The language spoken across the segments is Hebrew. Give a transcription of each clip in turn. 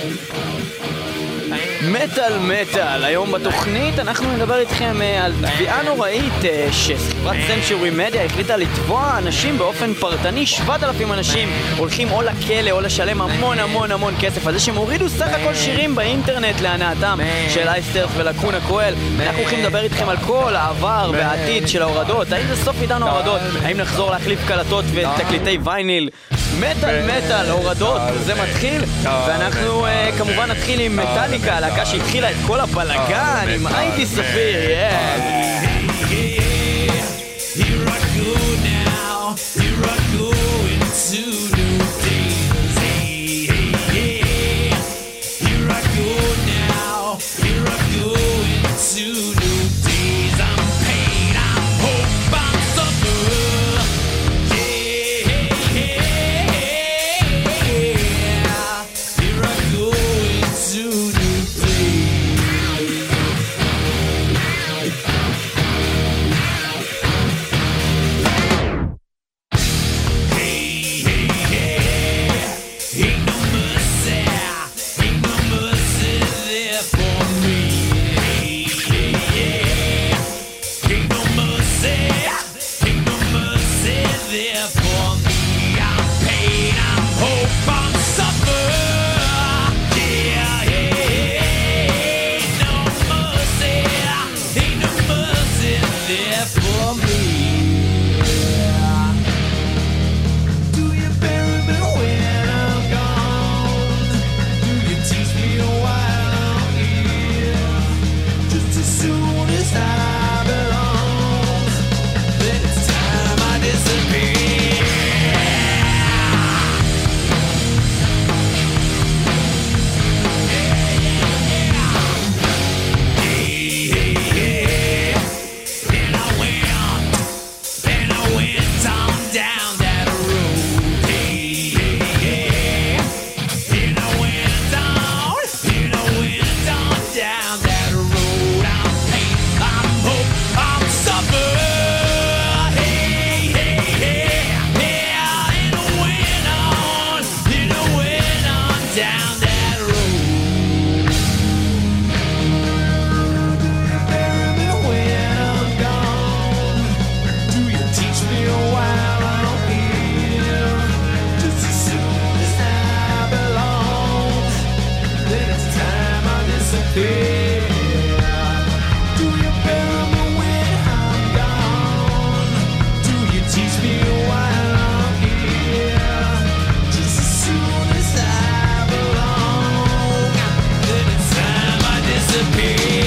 מטל, היום בתוכנית אנחנו נדבר איתכם על תביעה נוראית שחברת סנצ'ורי מדיה החליטה לתבוע אנשים באופן פרטני. 7,000 אנשים הולכים או לכלא או לשלם המון כסף על זה שהם הורידו סך הכל שירים באינטרנט להנאתם של אייסטרס ולקונה קואל. אנחנו הולכים לדבר איתכם על כל העבר והעתיד של ההורדות. האם זה סוף עידן ההורדות? האם נחזור להחליף קלטות ותקליטי וייניל? מטל, הורדות, זה מתחיל. ואנחנו כמובן נתחיל עם מטאליקה, הלהקה שהתחילה את כל הבלגן עם היידי ספיר. Here I go now, here I go into new days. Here I go now, here I go into new days. I'm pain, I'm hope, I'm summer. Here I go into new days. Ain't no mercy there for me. Ain't no mercy there for me. I'm pain, I'm hope, I'm suffer. Ain't no mercy there for me. Do you bury me when I'm gone? Do you teach me while I'm here? Just as soon as I belong, then it's time I disappear. And I went on down that road. And I went on down that road. I'm pain, I'm hope, I'm suffer. And I went on down that road. Bury me when I'm gone. Do you teach me while I'm here? Just as soon as I belong, then it's time I disappear. Do you bury me when I'm gone? Do you teach me while I'm here? Just as soon as I belong, then it's time I disappear.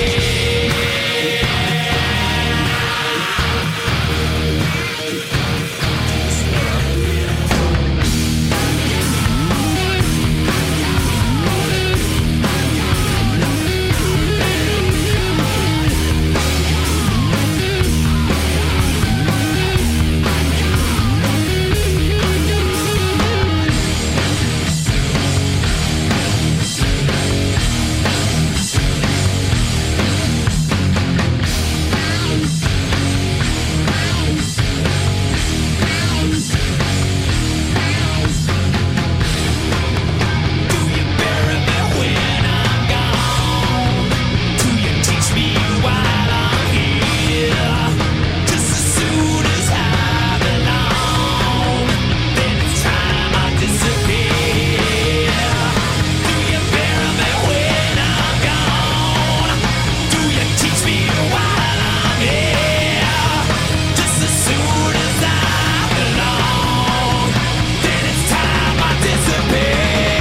Do you bury me when I'm gone? Do you teach me while I'm here? Just as soon as I belong, then it's time I disappear. Do you bury me when I'm gone? Do you teach me while I'm here? Just as soon as I belong, then it's time I disappear.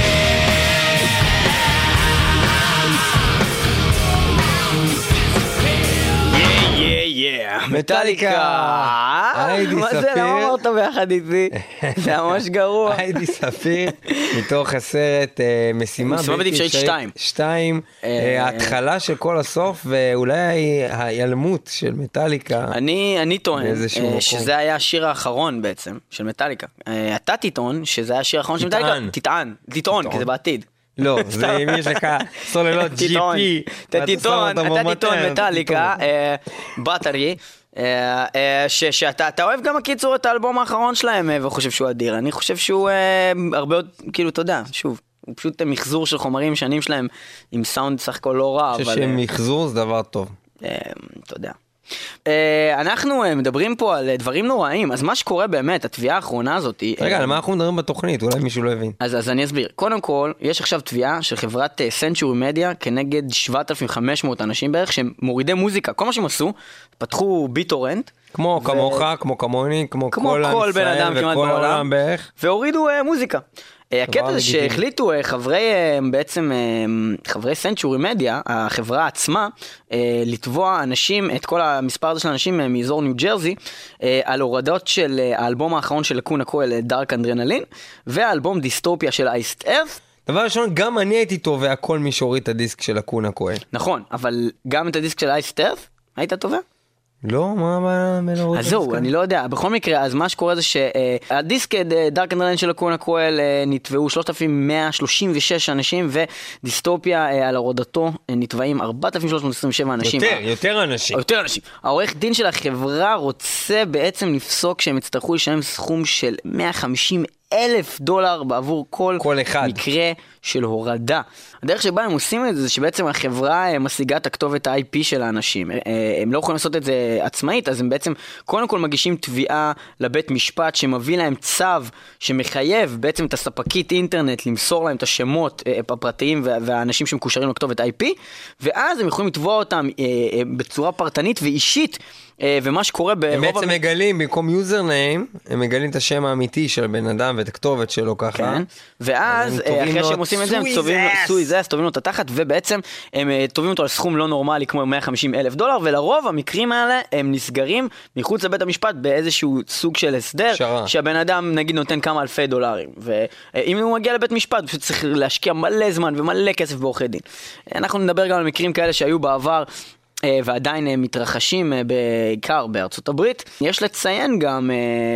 מטאליקה. היידי מה זה? ספיר. למה אמרת ביחד איתי? זה ממש גרוע. היידי ספיר, מתוך הסרט משימה בלתי אפשרית 2, ההתחלה של כל הסוף, ואולי ההיעלמות של מטאליקה. אני טוען באיזשהו מקום. שזה היה השיר האחרון בעצם של מטאליקה. אתה תטעון שזה היה השיר האחרון של מטאליקה. תטעון, כי זה בעתיד. לא, זה אם יש לך סוללות GP. אתה תטעון מטאליקה, בטרי. שאתה אוהב גם הקיצור את האלבום האחרון שלהם וחושב שהוא אדיר. אני חושב שהוא הרבה עוד, כאילו, אתה יודע, שוב, הוא פשוט מחזור של חומרים שנים שלהם, עם סאונד סך הכל לא רע, אני חושב שמחזור זה דבר טוב. אתה יודע. אנחנו מדברים פה על דברים נוראים, אז מה שקורה באמת, התביעה האחרונה הזאת... רגע, על מה אנחנו מדברים בתוכנית? אולי מישהו לא הבין. אז אני אסביר. קודם כל, יש עכשיו תביעה של חברת Century Media כנגד 7,500 אנשים בערך, שהם מורידי מוזיקה. כל מה שהם עשו, פתחו ביטורנט. כמו כמוך, כמו כמוני, כמו כל בן אדם כמעט בעולם, בערך. והורידו מוזיקה. הקטע זה שהחליטו חברי Century Media, החברה עצמה, לתבוע אנשים, את כל המספר הזה של אנשים מאזור ניו ג'רזי, על הורדות של האלבום האחרון של לקונה קואל, דארק אנדרנלין, והאלבום דיסטופיה של אייסט ארת'. דבר ראשון, גם אני הייתי תובע כל מי שהוריד את הדיסק של לקונה קואל. נכון, אבל גם את הדיסק של אייסט ארת' היית תובע? לא, מה אז זהו, אני לא יודע. בכל מקרה, אז מה שקורה זה שהדיסק דארק אנדרלין של לקונה קואל נתבעו 3,136 אנשים, ודיסטופיה על הורדתו נתבעים 4,327 אנשים. יותר אנשים. יותר אנשים. העורך דין של החברה רוצה בעצם לפסוק שהם יצטרכו לשלם סכום של $150,000 בעבור כל מקרה של הורדה. הדרך שבה הם עושים את זה, זה שבעצם החברה משיגה את הכתובת ה-IP של האנשים. הם לא יכולים לעשות את זה עצמאית, אז הם בעצם קודם כל מגישים תביעה לבית משפט שמביא להם צו שמחייב בעצם את הספקית אינטרנט למסור להם את השמות הפרטיים והאנשים שמקושרים לכתובת IP, ואז הם יכולים לתבוע אותם בצורה פרטנית ואישית. ומה שקורה הם בעצם מגלים, במקום יוזרניים, הם מגלים את השם האמיתי של בן אדם ואת הכתובת שלו ככה. כן. ואז אחרי שהם עושים את זה, הם תובעים לו את התחת, ובעצם הם תובעים אותו על סכום לא נורמלי כמו $150,000, ולרוב המקרים האלה הם נסגרים מחוץ לבית המשפט באיזשהו סוג של הסדר, שהבן אדם נגיד נותן כמה אלפי דולרים, ואם הוא מגיע לבית משפט, פשוט צריך להשקיע מלא זמן ומלא כסף בעורכי דין. אנחנו נדבר גם על מקרים כאלה שהיו בעבר, ועדיין מתרחשים בעיקר בארצות הברית. יש לציין גם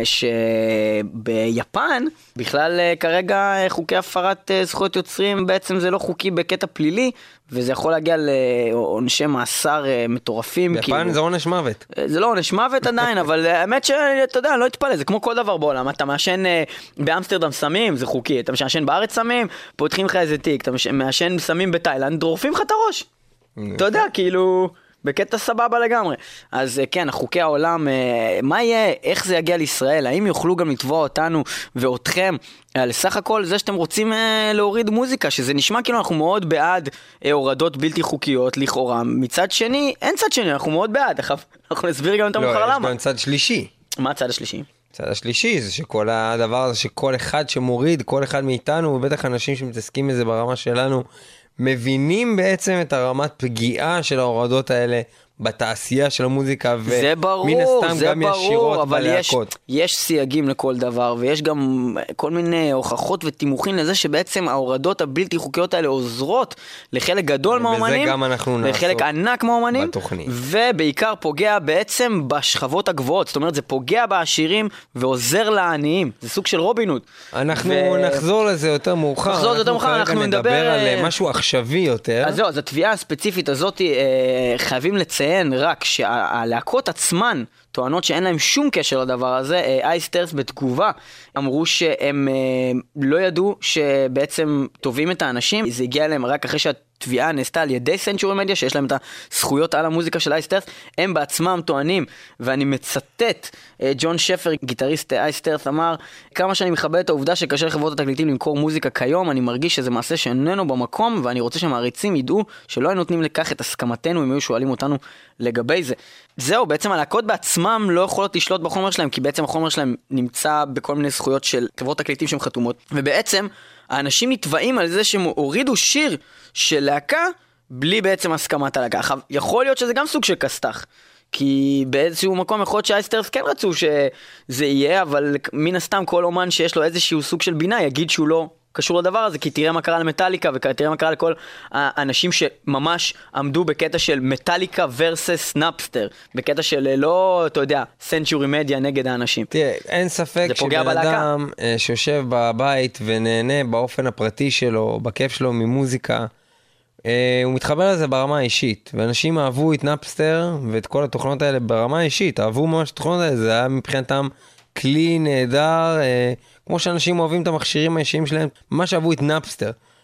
שביפן בכלל כרגע חוקי הפרת זכויות יוצרים בעצם זה לא חוקי בקטע פלילי, וזה יכול להגיע לעונשי מאסר מטורפים. ביפן זה עונש מוות. זה לא עונש מוות עדיין, אבל האמת שאתה יודע, לא התפלא, זה כמו כל דבר בעולם. אתה מעשן באמסטרדם סמים, זה חוקי. אתה מעשן בארץ סמים, פותחים לך איזה תיק. אתה מעשן סמים בתאילנד, דורפים לך את הראש. אתה יודע, כאילו... בקטע סבבה לגמרי. אז כן, חוקי העולם, מה יהיה, איך זה יגיע לישראל? האם יוכלו גם לתבוע אותנו ואותכם? לסך הכל זה שאתם רוצים להוריד מוזיקה, שזה נשמע כאילו אנחנו מאוד בעד הורדות בלתי חוקיות לכאורה. מצד שני, אין צד שני, אנחנו מאוד בעד. אנחנו נסביר גם את המחר למה. לא, יש גם צד שלישי. מה הצד השלישי? הצד השלישי זה שכל הדבר הזה שכל אחד שמוריד, כל אחד מאיתנו, ובטח אנשים שמתעסקים בזה ברמה שלנו, מבינים בעצם את הרמת פגיעה של ההורדות האלה בתעשייה של המוזיקה, ומן הסתם גם ישירות בלהקות. יש סייגים לכל דבר, ויש גם כל מיני הוכחות ותימוכים לזה שבעצם ההורדות הבלתי חוקיות האלה עוזרות לחלק גדול מהאומנים, לחלק ענק מהאומנים, ובעיקר פוגע בעצם בשכבות הגבוהות, זאת אומרת זה פוגע בעשירים ועוזר לעניים, זה סוג של רובין הוד. אנחנו נחזור לזה יותר מאוחר, אנחנו נדבר על משהו עכשווי יותר. אז זהו, אז התביעה הספציפית הזאת חייבים לציין רק שהלהקות עצמן טוענות שאין להם שום קשר לדבר הזה. אייסט ארת' בתגובה אמרו שהם לא ידעו שבעצם טובים את האנשים, זה הגיע להם רק אחרי שהתביעה נעשתה על ידי Century Media שיש להם את הזכויות על המוזיקה של אייסט ארת'. הם בעצמם טוענים, ואני מצטט, ג'ון שפר, גיטריסט אייסט ארת' אמר, כמה שאני מכבד את העובדה שקשה לחברות התקליטים למכור מוזיקה כיום, אני מרגיש שזה מעשה שאיננו במקום, ואני רוצה שהמעריצים ידעו שלא היו נותנים לכך את הסכמתנו אם היו שואלים אותנו לגבי זה. זהו, בעצם הלהקות בעצמם לא יכולות לשלוט בחומר שלהם, כי בעצם החומר שלהם נמצא בכל מיני זכויות של חברות תקליטים שהן חתומות, ובעצם האנשים נתבעים על זה שהם הורידו שיר של להקה בלי בעצם הסכמת הלהקה. יכול להיות שזה גם סוג של כסתח, כי באיזשהו מקום יכול להיות שהאייסט ארת' כן רצו שזה יהיה, אבל מן הסתם כל אומן שיש לו איזשהו סוג של בינה יגיד שהוא לא קשור לדבר הזה, כי תראה מה קרה למטליקה, ותראה מה קרה לכל האנשים שממש עמדו בקטע של מטליקה versus נאפסטר, בקטע של לא, אתה יודע, Century Media נגד האנשים. תראה, אין ספק שבן אדם שיושב בבית ונהנה באופן הפרטי שלו, בכיף שלו ממוזיקה, הוא מתחבר לזה ברמה האישית, ואנשים אהבו את נאפסטר ואת כל התוכנות האלה ברמה האישית, אהבו ממש את התוכנות האלה, זה היה מבחינתם כלי נהדר, כמו שאנשים אוהבים את המכשירים האישיים שלהם, ממש אהבו את נאפסטר.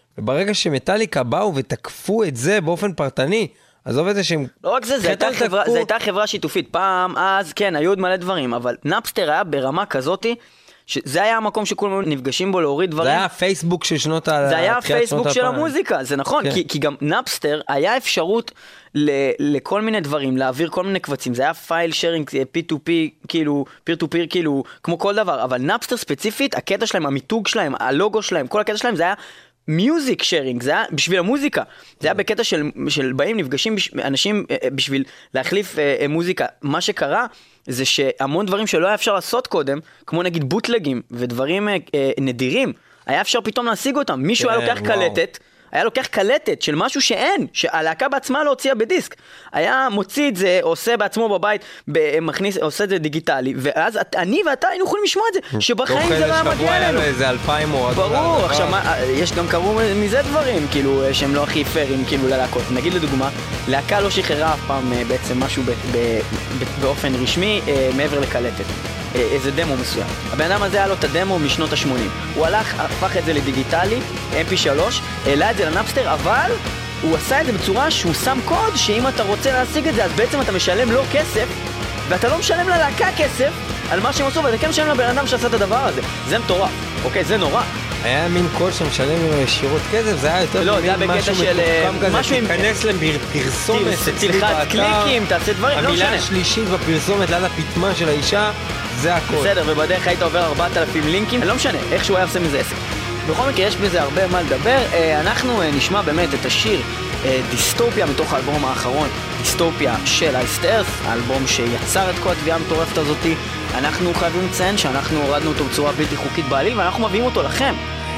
וברגע שמטליקה באו ותקפו את זה באופן פרטני, עזוב את זה שהם... לא רק זה, זה הייתה חברה שיתופית. פעם, אז, כן, היו עוד מלא דברים, אבל נאפסטר היה ברמה כזאתי, שזה היה המקום שכולם נפגשים בו להוריד דברים. זה היה הפייסבוק של שנות ה... זה היה הפייסבוק של המוזיקה, זה נכון, כי גם נאפסטר היה אפשרות לכל מיני דברים, להעביר כל מיני קבצים, זה היה פייל שרינג, P2P, כאילו, peer to peer, כאילו, כמו כל דבר, אבל נאפסטר ספציפית, הקטע שלהם, המיתוג שלהם, הלוגו שלהם, כל הקטע שלהם, זה היה מיוזיק שרינג, זה היה בשביל המוזיקה, זה היה בקטע של באים, נפגשים אנשים בשביל להחליף מוזיקה. מה שקרה זה שהמון דברים שלא היה אפשר לעשות קודם, כמו נגיד בוטלגים ודברים נדירים, היה אפשר פתאום להשיג אותם. מישהו היה לוקח קלטת, היה לוקח קלטת של משהו שאין, שהלהקה בעצמה לא הוציאה בדיסק. היה מוציא את זה, עושה בעצמו בבית, עושה את זה דיגיטלי, ואז אני ואתה היינו יכולים לשמוע את זה, שבחיים זה לא היה מגיע אלינו. איזה 2,000 הורדות. ברור, עכשיו, יש גם קראו מזה דברים, כאילו, שהם לא הכי פיירים, כאילו, ללהקות. נגיד לדוגמה, להקה לא שחררה אף פעם בעצם משהו באופן רשמי, מעבר לקלטת. איזה דמו מסוים. הבן אדם הזה היה לו את הדמו משנות ה-80. הוא הלך, הפך את זה לדיגיטלי, MP3, העלה את זה לנאפסטר, אבל הוא עשה את זה בצורה שהוא שם קוד, שאם אתה רוצה להשיג את זה, אז בעצם אתה משלם לו כסף, ואתה לא משלם ללהקה כסף על מה שהם עשו, ואתה כן משלם לבן אדם שעשה את הדבר הזה. זה מטורף. אוקיי, זה נורא. היה מין קוד שמשלם עם ישירות כסף, זה היה יותר לא, זה היה בקטע של משהו עם... תיכנס לפרסומת, תלחץ קליקים, תעשה דברים, לא משנה. המילה השלישית בפרסומת ליד הפתמה של האישה, זה הקוד. בסדר, ובדרך היית עובר 4,000 לינקים, לא משנה, איכשהו היה עושה מזה עסק. בכל מקרה, יש בזה הרבה מה לדבר. אנחנו נשמע באמת את השיר דיסטופיה מתוך האלבום האחרון, דיסטופיה של אייסטרס, האלבום שיצר את כל התביעה המטורפת הזאתי. אנחנו חייבים לציין שאנחנו הורדנו אותו בצורה בלתי חוקית בעליל, ואנחנו מביאים אותו לכם.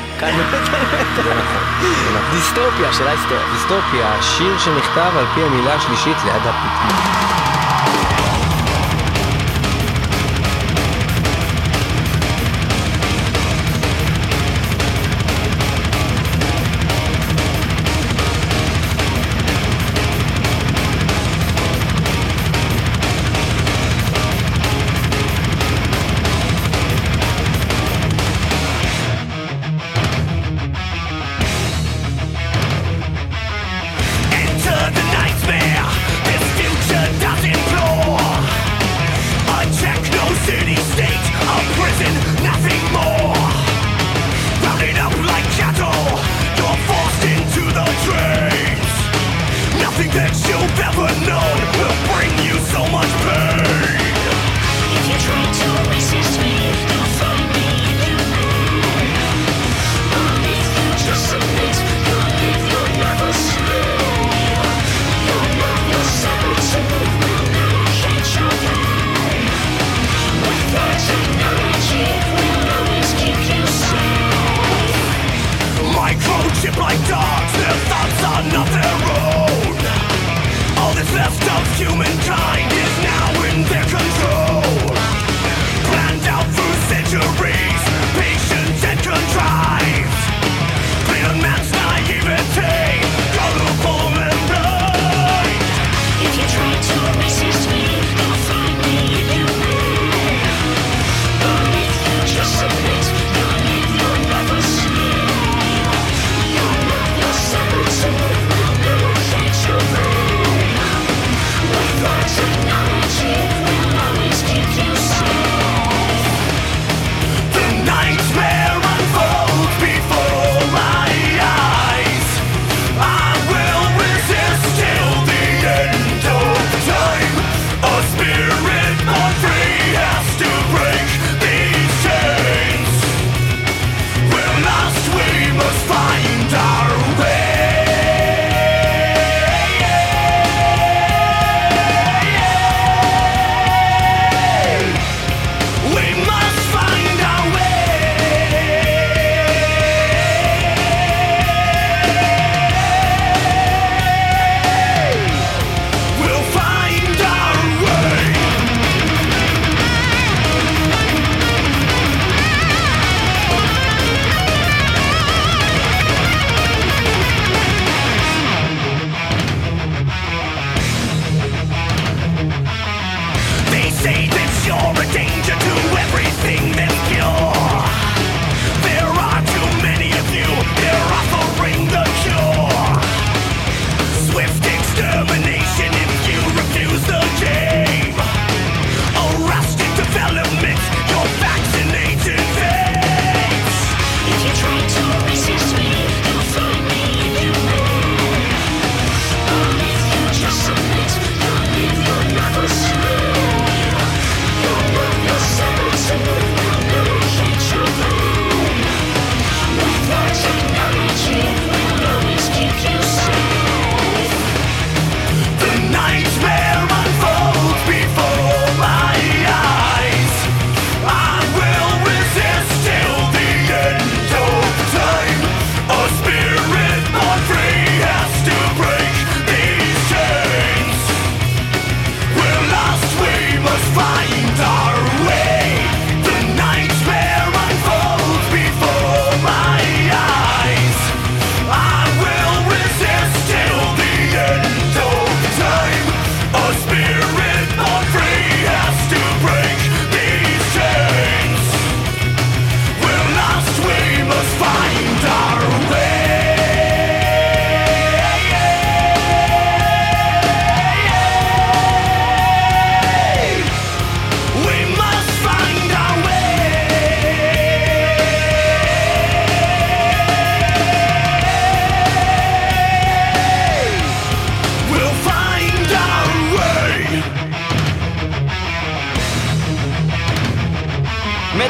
דיסטופיה של אייסטרס. דיסטופיה, שיר שנכתב על פי המילה השלישית ליד הפתמה. Technology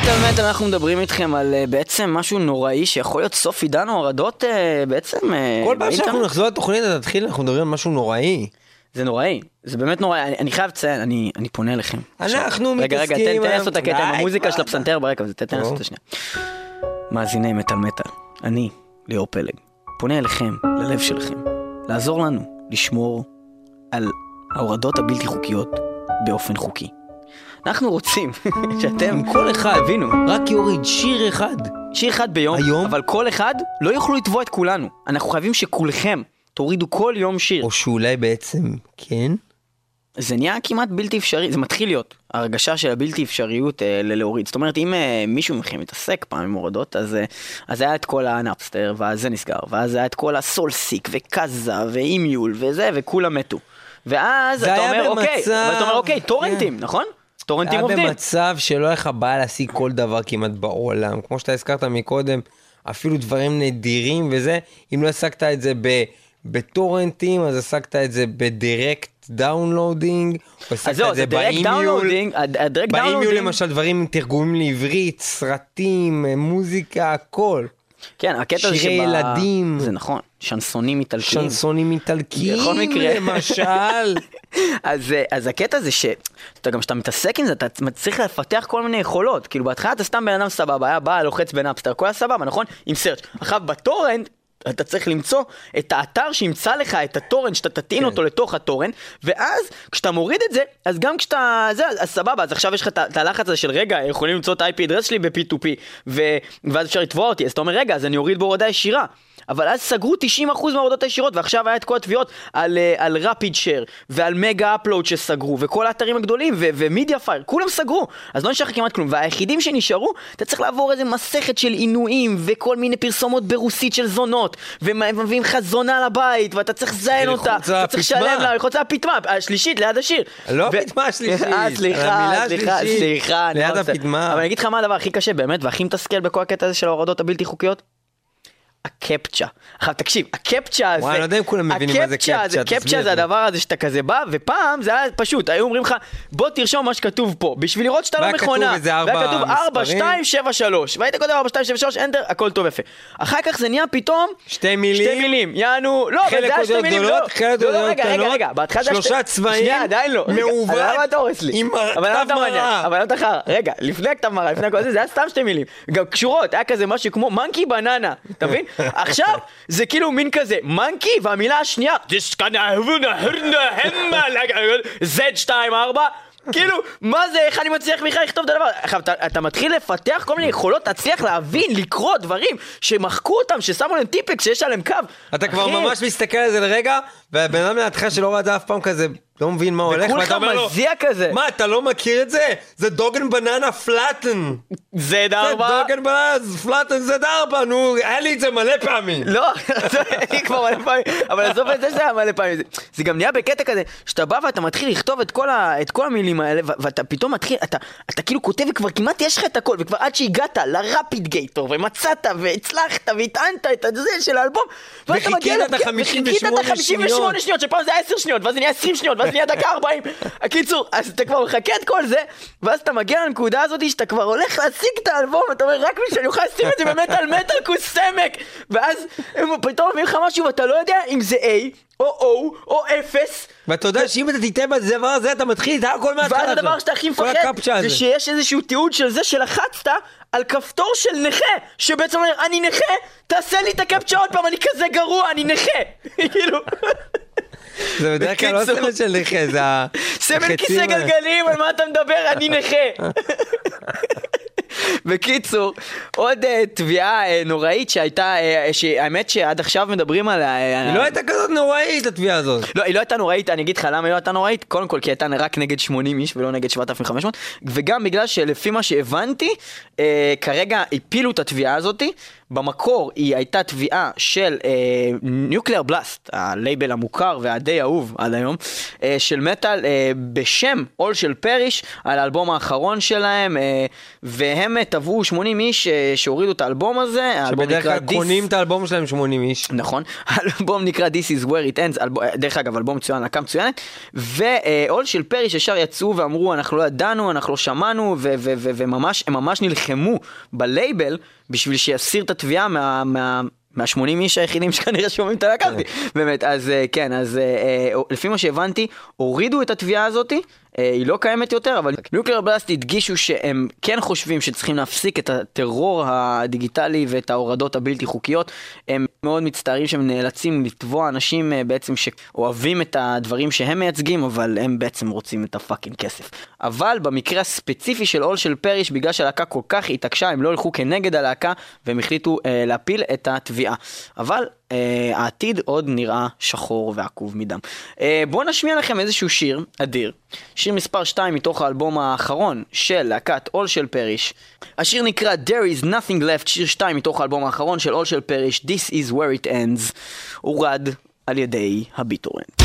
מטל אנחנו מדברים איתכם על בעצם משהו נוראי שיכול להיות סוף עידן ההורדות בעצם כל פעם שאנחנו נחזור לתוכנית תתחיל, אנחנו מדברים על משהו נוראי. זה נוראי, זה באמת נוראי, אני חייב לציין, אני פונה אליכם. אנחנו רגע, מתעסקים... תן לעשות את הקטע עם המוזיקה כבר. של הפסנתר ברקע, תן לעשות את השנייה. מאזיני מטל מטל, אני, ליאור פלג, פונה אליכם, ללב שלכם, לעזור לנו לשמור על ההורדות הבלתי חוקיות באופן חוקי. אנחנו רוצים שאתם, כל אחד, תבינו, רק יוריד שיר אחד ביום, היום? אבל כל אחד לא יוכלו לתבוע את כולנו. אנחנו חייבים שכולכם תורידו כל יום שיר. או שאולי בעצם כן? זה נהיה כמעט בלתי אפשרי, זה מתחיל להיות הרגשה של הבלתי אפשריות להוריד. זאת אומרת, אם מישהו מכם מתעסק פעם עם הורדות, אז היה את כל הנאפסטר, ואז זה נסגר, ואז היה את כל הסולסיק, וקזה, ואימיול, וזה, וכולם מתו. ואז אתה אומר, אוקיי, טורנטים, נכון? טורנטים עובדים. היה במצב שלא היה לך בעיה להשיג כל דבר כמעט בעולם. כמו שאתה הזכרת מקודם, אפילו דברים נדירים וזה, אם לא השגת את זה בטורנטים, אז השגת את זה בדירקט דאונלודינג, או השגת את זה באימיול. באימיול למשל דברים עם תרגומים לעברית, סרטים, מוזיקה, הכל. כן, הקטע זה שירי ילדים. זה נכון, שנסונים איטלקיים. שנסונים איטלקיים, בכל מקרה. למשל. אז הקטע זה שאתה מתעסק עם זה, אתה צריך לפתח כל מיני יכולות. כאילו בהתחלה אתה סתם בן אדם סבבה, היה בא, לוחץ בנאפסטר, כל הסבבה, נכון? עם סרצ'. עכשיו בטורנט, אתה צריך למצוא את האתר שימצא לך את הטורנט, שאתה תטעין אותו לתוך הטורנט, ואז כשאתה מוריד את זה, אז גם כשאתה, אז סבבה, אז עכשיו יש לך את הלחץ הזה של רגע, יכולים למצוא את ה-IP אדרס שלי ב-P2P, ואז אפשר לתבוע אותי, אז אתה אומר רגע, אז אני אוריד בהורדה ישירה. אבל אז סגרו 90% מההורדות הישירות, ועכשיו היה את כל התביעות על רפיד שייר, ועל מגה אפלוד שסגרו, וכל האתרים הגדולים, ומידיה פייר, כולם סגרו. אז לא נשאר לך כמעט כלום. והיחידים שנשארו, אתה צריך לעבור איזה מסכת של עינויים, וכל מיני פרסומות ברוסית של זונות, ומביאים לך זונה לבית, ואתה צריך לזיין אותה, אתה צריך לשלם לה, ללחוץ לה הפתמה, השלישית, ליד השיר. לא הפתמה השלישית, המילה השלישית, ליד הפתמה. אבל אני אגיד לך מה הדבר הכי קשה באמת, והכי מתסכל בכל הקטע הזה של ההורדות הבלתי חוקיות? הקפצ'ה. עכשיו תקשיב, הקפצ'ה הזה, וואי, לא יודע אם כולם מבינים מה זה קפצ'ה. קפצ'ה זה הדבר הזה שאתה כזה בא, ופעם זה היה פשוט, היו אומרים לך, בוא תרשום מה שכתוב פה, בשביל לראות שאתה לא מכונה. והיה כתוב 4, 2, 7, 3, והיית כותב 4, 2, 7, 3, אנטר, הכל טוב יפה. אחר כך זה נהיה פתאום, שתי מילים, יענו, לא, אבל זה היה שתי מילים, לא, רגע, שלושה צבעים, מעוות, עם מראה. רגע, לפני הכתב מראה, לפני הכל זה היה סתם שתי מילים. גם קשורות, היה כזה משהו כמו מנקי בננה, אתה מבין? עכשיו זה כאילו מין כזה מנקי, והמילה השנייה Z24, כאילו מה זה, איך אני מצליח בכלל לכתוב את הדבר? עכשיו אתה מתחיל לפתח כל מיני יכולות, תצליח להבין, לקרוא דברים שמחקו אותם, ששמו להם טיפקס, שיש עליהם קו. אתה כבר ממש מסתכל על זה לרגע, והבן אדם לידך שלא ראה אף פעם כזה לא מבין מה הולך, ואתה אומר לו, מה, אתה לא מכיר את זה? זה דוגן בננה פלטן. זה דרבה? זה דוגן בננה פלטן, זה דרבה, נו, היה לי את זה מלא פעמים. לא, אני כבר מלא פעמים, אבל עזוב את זה שזה היה מלא פעמים. זה גם נהיה בקטע כזה, שאתה בא ואתה מתחיל לכתוב את כל המילים האלה, ואתה פתאום מתחיל, אתה כאילו כותב וכבר כמעט יש לך את הכל, וכבר עד שהגעת לרפיד גייטור, ומצאת, והצלחת, והטענת את זה של האלבום, וחיכית את ה-58 שניות, שפעם זה היה 10 שניות, ואז זה נהיה 20 שניות, ואז נהיה דקה 40. הקיצור, אז אתה כבר מחכה את כל זה, ואז אתה מגיע לנקודה הזאת שאתה כבר הולך להשיג את האלבום, אתה אומר, רק מי שאני אוכל לשים את זה במטל מטל כוסמק, ואז הם פתאום מביאים לך משהו, ואתה לא יודע אם זה A, או O, או 0. ואתה יודע שאם אתה תיתן בדבר הזה, אתה מתחיל את הכל מהתחלה. ואז הדבר שאתה הכי מפחד, זה שיש איזשהו תיעוד של זה שלחצת על כפתור של נכה, שבעצם אומר, אני נכה, תעשה לי את הקפצ'ה עוד פעם, אני כזה גרוע, אני נכה. כאילו... זה בדרך כלל לא סמל של נכה, זה סמל כיסא גלגלים, על מה אתה מדבר? אני נכה. בקיצור, עוד תביעה נוראית שהייתה, האמת שעד עכשיו מדברים עליה. היא לא הייתה כזאת נוראית, התביעה הזאת. לא, היא לא הייתה נוראית, אני אגיד לך למה היא לא הייתה נוראית. קודם כל, כי הייתה רק נגד 80 איש ולא נגד 7,500, וגם בגלל שלפי מה שהבנתי, כרגע הפילו את התביעה הזאת במקור היא הייתה תביעה של Nuclear Blast, הלייבל המוכר והדי אהוב עד היום, של מטל בשם עול של פריש, על האלבום האחרון שלהם, והם תבעו 80 איש שהורידו את האלבום הזה. שבדרך כלל קונים את האלבום שלהם 80 איש. נכון, האלבום נקרא This is where it ends, דרך אגב אלבום מצוין, להקה מצוינת, ועול של פריש ישר יצאו ואמרו אנחנו לא ידענו, אנחנו לא שמענו, וממש הם ממש נלחמו בלייבל בשביל שיסיר את התביעה מה-80 איש היחידים שכנראה שומעים את הלהקה הזאת. באמת, אז כן, אז לפי מה שהבנתי, הורידו את התביעה הזאת, היא לא קיימת יותר, אבל ניוקלר בלאסט הדגישו שהם כן חושבים שצריכים להפסיק את הטרור הדיגיטלי ואת ההורדות הבלתי חוקיות. הם מאוד מצטערים שהם נאלצים לתבוע אנשים בעצם שאוהבים את הדברים שהם מייצגים, אבל הם בעצם רוצים את הפאקינג כסף. אבל במקרה הספציפי של עול של פריש, בגלל שהלהקה כל כך התעקשה, הם לא הלכו כנגד הלהקה, והם החליטו להפיל את התביעה. אבל העתיד עוד נראה שחור ועקוב מדם. בואו נשמיע לכם איזשהו שיר אדיר, שיר מספר 2 מתוך האלבום האחרון של להקת עול של פריש. השיר נקרא There is nothing left, שיר 2 מתוך האלבום האחרון של עול של פריש, This is where it ends, הורד על ידי הביטורנט.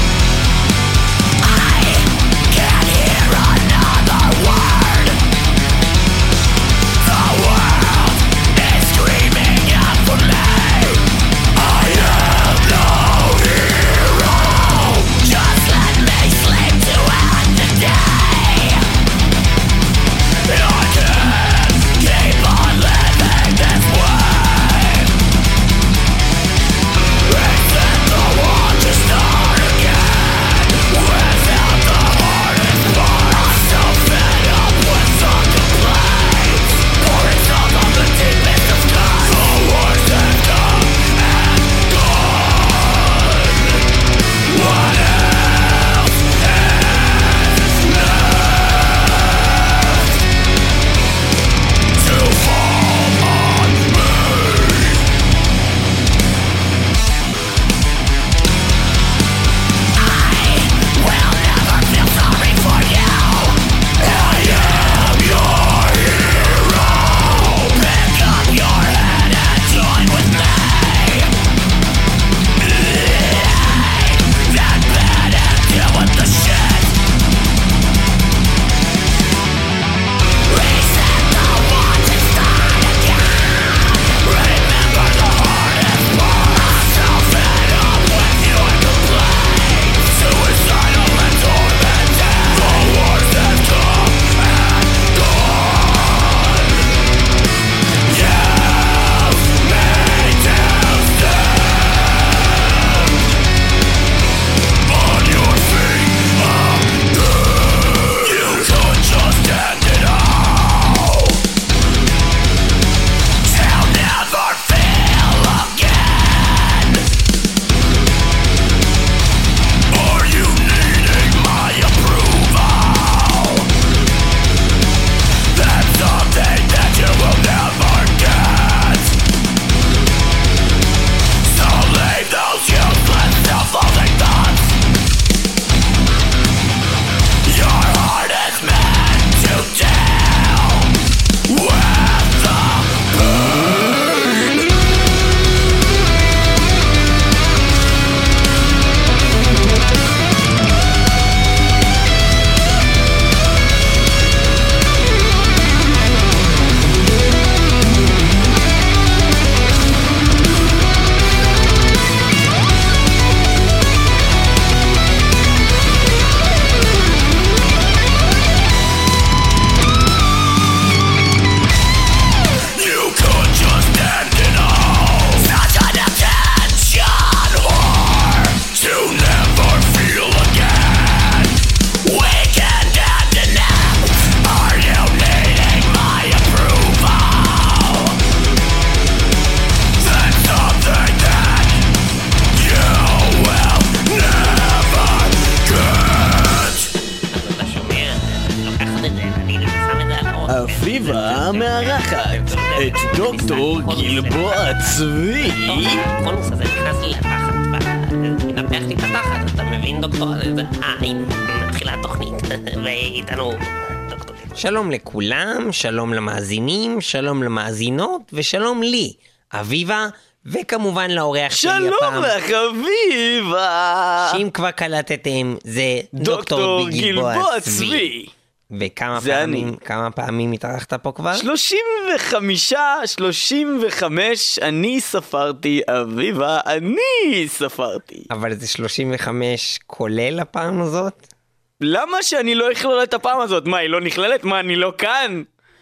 אביבה מארחת את דוקטור גלבוע צבי. כל נושא זה נכנס לי לתחת, מנפח לי את התחת, אתה מבין דוקטור? מתחילה התוכנית, ואיתנו דוקטור. שלום לכולם, שלום למאזינים, שלום למאזינות ושלום לי, אביבה, וכמובן לאורח שלי שלום הפעם, לך, אביבה! שאם כבר קלטתם, זה דוקטור גלבוע צבי. וכמה זה פעמים התארחת פה כבר? 35, אני ספרתי, אביבה, אני ספרתי. אבל זה 35 כולל הפעם הזאת? למה שאני לא אכלול את הפעם הזאת? מה, היא לא נכללת? מה, אני לא כאן?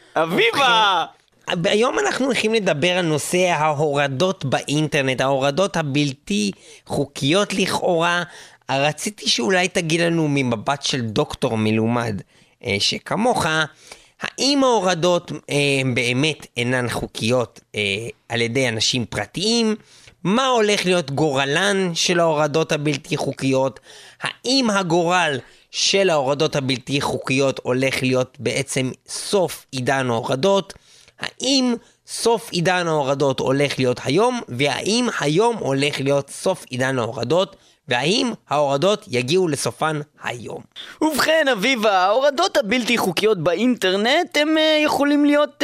אביבה! היום אנחנו הולכים לדבר על נושא ההורדות באינטרנט, ההורדות הבלתי חוקיות לכאורה. רציתי שאולי תגיד לנו ממבט של דוקטור מלומד שכמוך, האם ההורדות באמת אינן חוקיות על ידי אנשים פרטיים? מה הולך להיות גורלן של ההורדות הבלתי חוקיות? האם הגורל של ההורדות הבלתי חוקיות הולך להיות בעצם סוף עידן ההורדות? האם סוף עידן ההורדות הולך להיות היום? והאם היום הולך להיות סוף עידן ההורדות? והאם ההורדות יגיעו לסופן היום? ובכן, אביבה, ההורדות הבלתי חוקיות באינטרנט הם יכולים להיות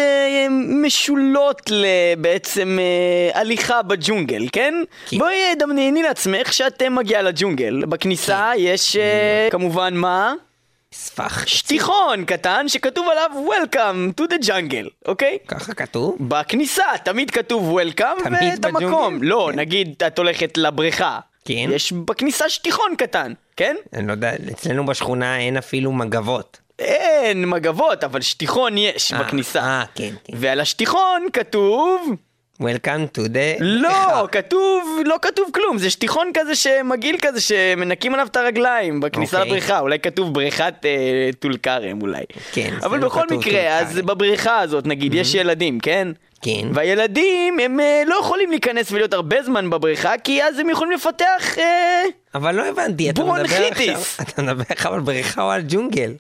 משולות לבעצם הליכה בג'ונגל, כן? בואי דמייני לעצמך שאת מגיעה לג'ונגל. בכניסה יש כמובן מה? ספח. שטיחון קטן שכתוב עליו Welcome to the jungle, אוקיי? ככה כתוב? בכניסה תמיד כתוב Welcome תמיד ואת המקום. בג'ונגל? לא, כן. נגיד את הולכת לבריכה. כן. יש בכניסה שטיחון קטן, כן? אני לא יודע, אצלנו בשכונה אין אפילו מגבות. אין מגבות, אבל שטיחון יש בכניסה. כן, כן. ועל השטיחון כתוב... Welcome to the... לא כתוב כלום, זה שטיחון כזה שמגיל כזה שמנקים עליו את הרגליים בכניסה אוקיי. לבריכה, אולי כתוב בריכת טול כרם אולי. כן, אבל זה לא בכל כתוב טול מקרה, אז כרם. בבריכה הזאת נגיד יש ילדים, כן? כן. והילדים הם לא יכולים להיכנס ולהיות הרבה זמן בבריכה, כי אז הם יכולים לפתח... אבל לא הבנתי, אתה מדבר ברונכיטיס. עכשיו... אתה מדבר עכשיו על בריכה או על ג'ונגל?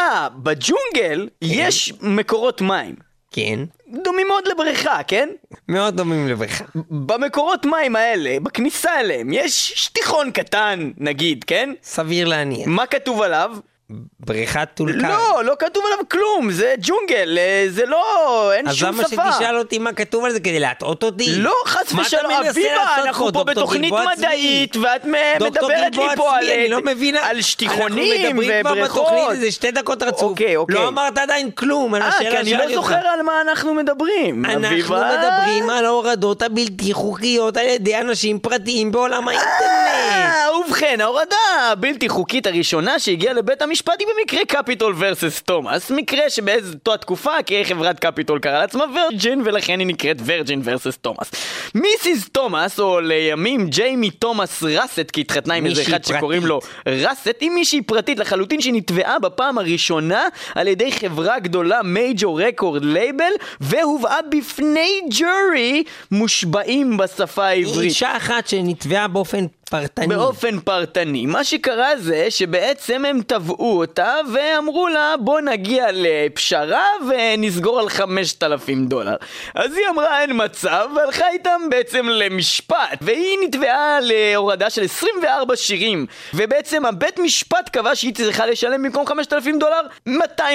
בג'ונגל יש מקורות מים. כן. דומים מאוד לבריכה, כן? מאוד דומים לבריכה. במקורות מים האלה, בכניסה אליהם, יש שטיחון קטן, נגיד, כן? סביר להניח. מה כתוב עליו? בריכת טול כרם. לא כתוב עליו כלום, זה ג'ונגל, זה לא, אין אז שום למה שפה. שתשאל אותי מה כתוב על זה כדי להטעות אותי? לא, חס מה אתה ושלום, מנסה אביבה, לעשות אנחנו פה דוקטור בתוכנית גלבוע מדעית, צבי? ואת דוקטור מדברת לי גלבוע פה צבי, אני לא מבינה. על שטיחונים אנחנו מדברים כבר ובריכות. בתוכנית איזה 2 דקות רצוף. אוקיי. לא אמרת עדיין כלום על השאלה כי אני שאלתי לא אותך. זוכר על מה אנחנו מדברים, אנחנו אביבה. מדברים על ההורדות הבלתי חוקיות על ידי אנשים פרטיים בעולם האינטרנט. ובכן, ההורדה הבלתי חוקית הראשונה שהגיעה לבית המשפט היא במקרה קפיטול ורסס תומאס, מקרה שבאיזו התקופה כי חברת קפיטול קראה לעצמה ורג'ין ולכן היא נקראת ורג'ין ורסס תומאס. מיסיס תומאס, או לימים ג'יימי תומאס רסט, כי התחתנה עם איזה אחד שקוראים לו רסט, היא מישהי פרטית לחלוטין שנתבעה בפעם הראשונה על ידי חברה גדולה, מייג'ור רקורד לייבל, והובאה בפני ג'ורי מושבעים בשפה העברית. אישה אחת שנתבעה באופן פרטני. באופן פרטני. מה שקרה זה שבעצם הם תבעו אותה ואמרו לה בוא נגיע לפשרה ונסגור על $5,000. אז היא אמרה אין מצב והלכה איתם בעצם למשפט, והיא נתבעה להורדה של 24 שירים, ובעצם הבית משפט קבע שהיא צריכה לשלם במקום $5,000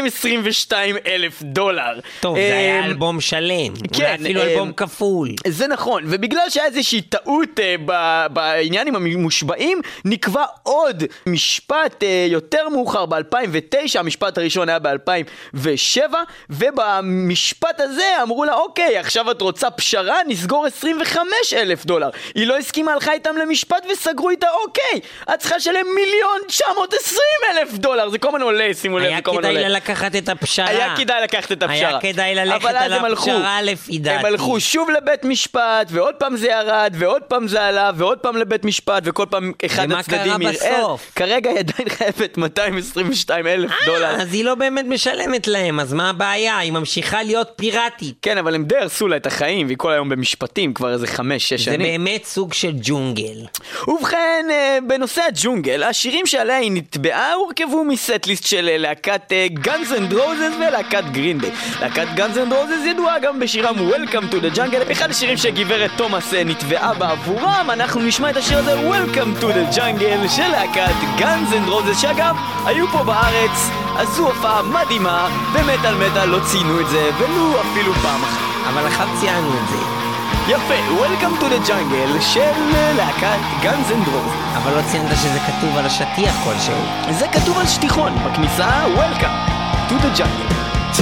$222,000. טוב, זה היה אלבום שלם. כן, אולי אפילו אלבום כפול. זה נכון, ובגלל שהיה איזושהי טעות בעניין עם המושבעים, נקבע עוד משפט יותר מאוחר ב-2009, המשפט הראשון היה ב-2007, ובמשפט הזה אמרו לה, אוקיי, עכשיו את רוצה פשרה, נסגור $25,000. היא לא הסכימה, הלכה איתם למשפט וסגרו איתה, אוקיי, את צריכה לשלם $1,920,000. זה כל הזמן עולה, שימו לב, היה זה כל הזמן עולה. כדאי לה לקחת את הפשרה. היה כדאי לקחת את הפשרה. היה כדאי ללכת אבל אז על הם הלכו. הפשרה לפי דעתי. הם הלכו שוב לבית משפט, ועוד פעם זה ירד, ועוד פעם זה עלה, ועוד פעם לבית משפט, וכל פעם אחד ומה הצדדים קרה יראה. בסוף? כרגע היא עדיין חייבת $222,000. אז היא לא באמת משלמת להם, אז מה הבעיה? היא ממשיכה להיות פיראטית. כן, אבל הם די הרסו לה את החיים, והיא כל היום במשפטים, כבר איזה 5-6 זה שנים. באמת סוג של ג'ונגל. ובכן, בנושא הג'ונגל, השירים שעליה היא נתבעה הורכבו מסט-ליסט של להקת Guns N' Roses ולהקת גרין דיי. להקת Guns N' Roses ידועה גם בשירם Welcome to the Jungle, אחד השירים שגברת תומאס נתבעה בעבורם. אנחנו נשמע את השיר הזה Welcome to the Jungle של להקת Guns N' Roses, שאגב, היו פה בארץ, עשו הופעה מדהימה, ומטל לא ציינו את זה, ולו אפילו פעם אחת. אבל אחת ציינו את זה. יפה, Welcome to the Jungle של להקת Guns N' Roses. אבל לא ציינת שזה כתוב על השטיח כלשהו. זה כתוב על שטיחון, בכניסה Welcome to the Jungle.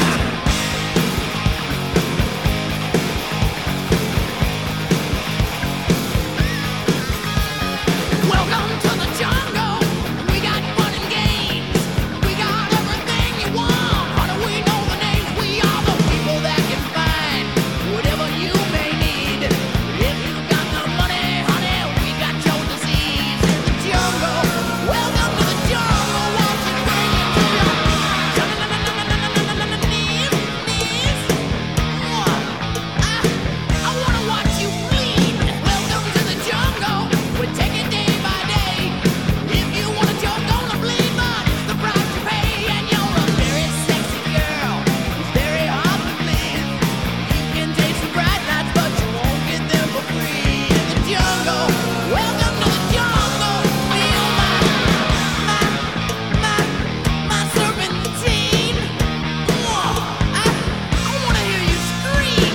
Welcome to the jungle. We got fun and games. We got everything you want. How do we know the names? We are the people that can find whatever you may need. If you got the money, honey, we got your disease in the jungle. Welcome to the jungle. Won't you bring it to your knees? I wanna watch you bleed. Welcome to the jungle. We take it day by day. If you wanna joke on the bleed, but the price you pay, and you're a very sexy girl. It's very hard to please. You can taste the bright lights, but you won't get them for free in the jungle. Welcome to the jungle. Feel my serpentine. I wanna hear you scream.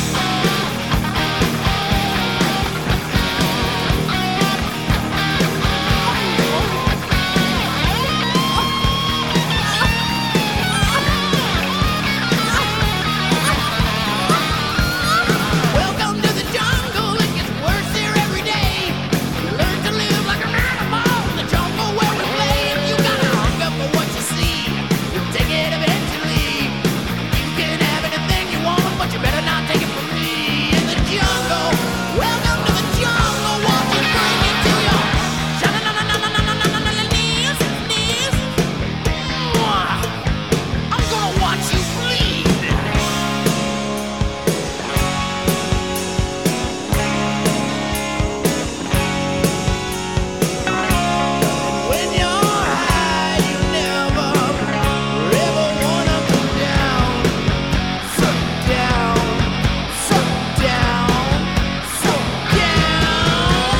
Welcome to the jungle, it gets worse here every day. You learn to live like an animal in the jungle where we play. If you gotta hunger for what you see, you'll take it eventually. You can have anything you want, but you better not take it from me. In the jungle, welcome to the jungle, won't you bring it to your knees? I'm gonna watch you bleed. When you're high, you never ever wanna come down. Suck down, suck down, suck down.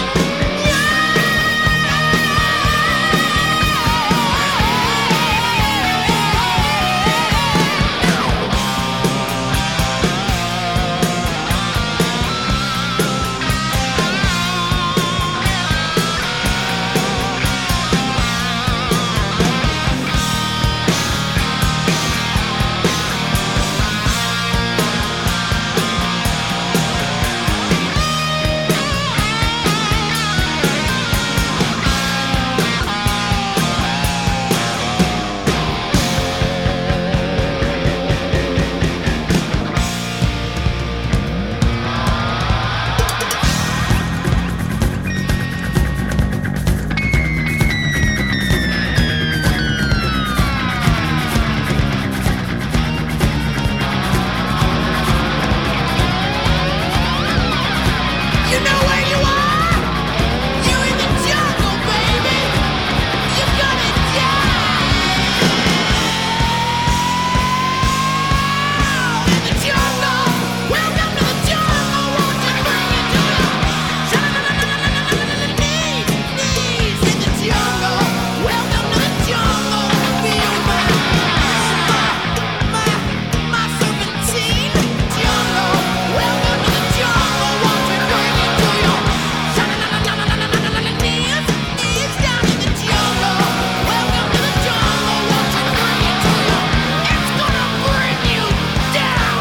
You know where you are? You're in the jungle, baby. You're gonna die. In the jungle, welcome to the jungle. Won't you bring it to your knees? In the jungle, welcome to the jungle. Feel my serpentine. Jungle, welcome to the jungle. Won't you bring it to your knees? Down in the jungle, welcome to the jungle. Won't you bring it to your? It's gonna bring you down.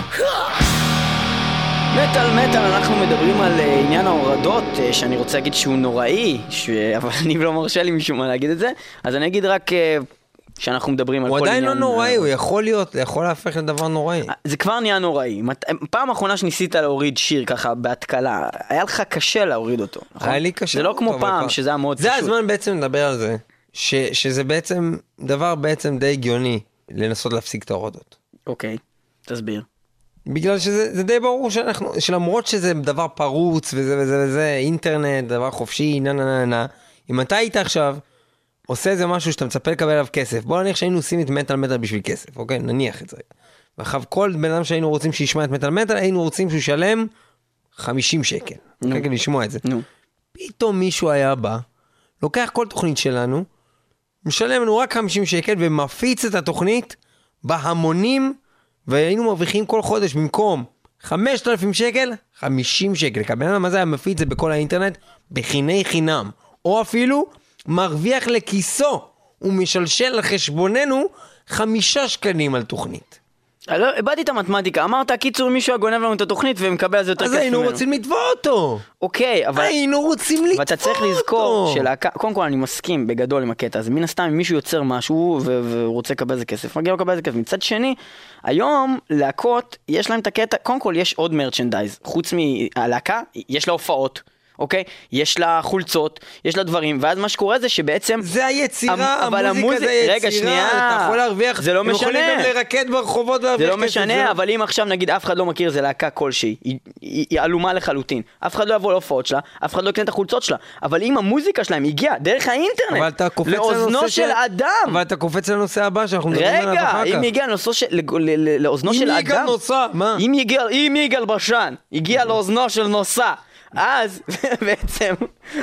מטל, אנחנו מדברים על עניין ההורדות, שאני רוצה להגיד שהוא נוראי, אבל אני לא מרשה לי משום מה להגיד את זה, אז אני אגיד רק שאנחנו מדברים על כל הוא עניין... עדיין לא נוראי, הוא יכול להפך לדבר נוראי. זה כבר נהיה נוראי. פעם האחרונה שניסית להוריד שיר ככה בהתקלה, היה לך קשה להוריד אותו, נכון? היה לי קשה. זה לא כמו פעם, שזה היה מאוד פשוט. זה הזמן בעצם לדבר על זה, שזה בעצם דבר בעצם די הגיוני לנסות להפסיק את ההורדות. אוקיי, תסביר. בגלל שזה די ברור שלמרות שזה דבר פרוץ וזה אינטרנט, דבר חופשי, אם אתה היית עכשיו עושה איזה משהו שאתה מצפה לקבל עליו כסף, בוא נניח שהיינו עושים את מטל בשביל כסף, אוקיי? נניח את זה. ואחר כל בן אדם שהיינו רוצים שישמע את מטל, היינו רוצים שהוא ישלם 50 שקל. אוקיי, לשמוע את זה. פתאום מישהו היה בא, לוקח כל תוכנית שלנו, משלם לנו רק 50 שקל ומפיץ את התוכנית בהמונים, והיינו מרוויחים כל חודש במקום 5,000 שקל, 50 שקל. קבלן מה זה היה מפיץ זה בכל האינטרנט, בחיני חינם. או אפילו מרוויח לכיסו, ומשלשל לחשבוננו 5 שקלים על תוכנית. איבדתי את המתמטיקה, אמרת קיצור מישהו הגונב לנו את התוכנית ומקבל על זה יותר כסף ממנו. אז היינו רוצים לתבוע אותו. אוקיי, אבל... היינו רוצים לתבוע אותו. ואתה צריך לזכור שלהקה, קודם כל אני מסכים בגדול עם הקטע, אז מן הסתם אם מישהו יוצר משהו ורוצה לקבל זה כסף, מגיע לו לקבל זה כסף. מצד שני, היום להקות, יש להם את הקטע, קודם כל יש עוד מרצ'נדייז, חוץ מהלהקה, יש לה הופעות. אוקיי? יש לה חולצות, יש לה דברים, ואז מה שקורה זה שבעצם... זה היצירה, המוזיקה זה היצירה, רגע, שנייה, אתה יכול להרוויח, זה לא משנה. הם יכולים גם לרקד ברחובות זה לא משנה, אבל אם עכשיו נגיד אף אחד לא מכיר זה להקה כלשהי, היא עלומה לחלוטין, אף אחד לא יבוא להופעות שלה, אף אחד לא יקנה את החולצות שלה, אבל אם המוזיקה שלהם הגיעה דרך האינטרנט, לאוזנו של אדם... אבל אתה קופץ לנושא הבא שאנחנו מדברים עליו אחר כך. רגע, אם הגיע לאוזנו של אדם... אם יגאל בשן הגיע לאוזנו של נוסע, אז בעצם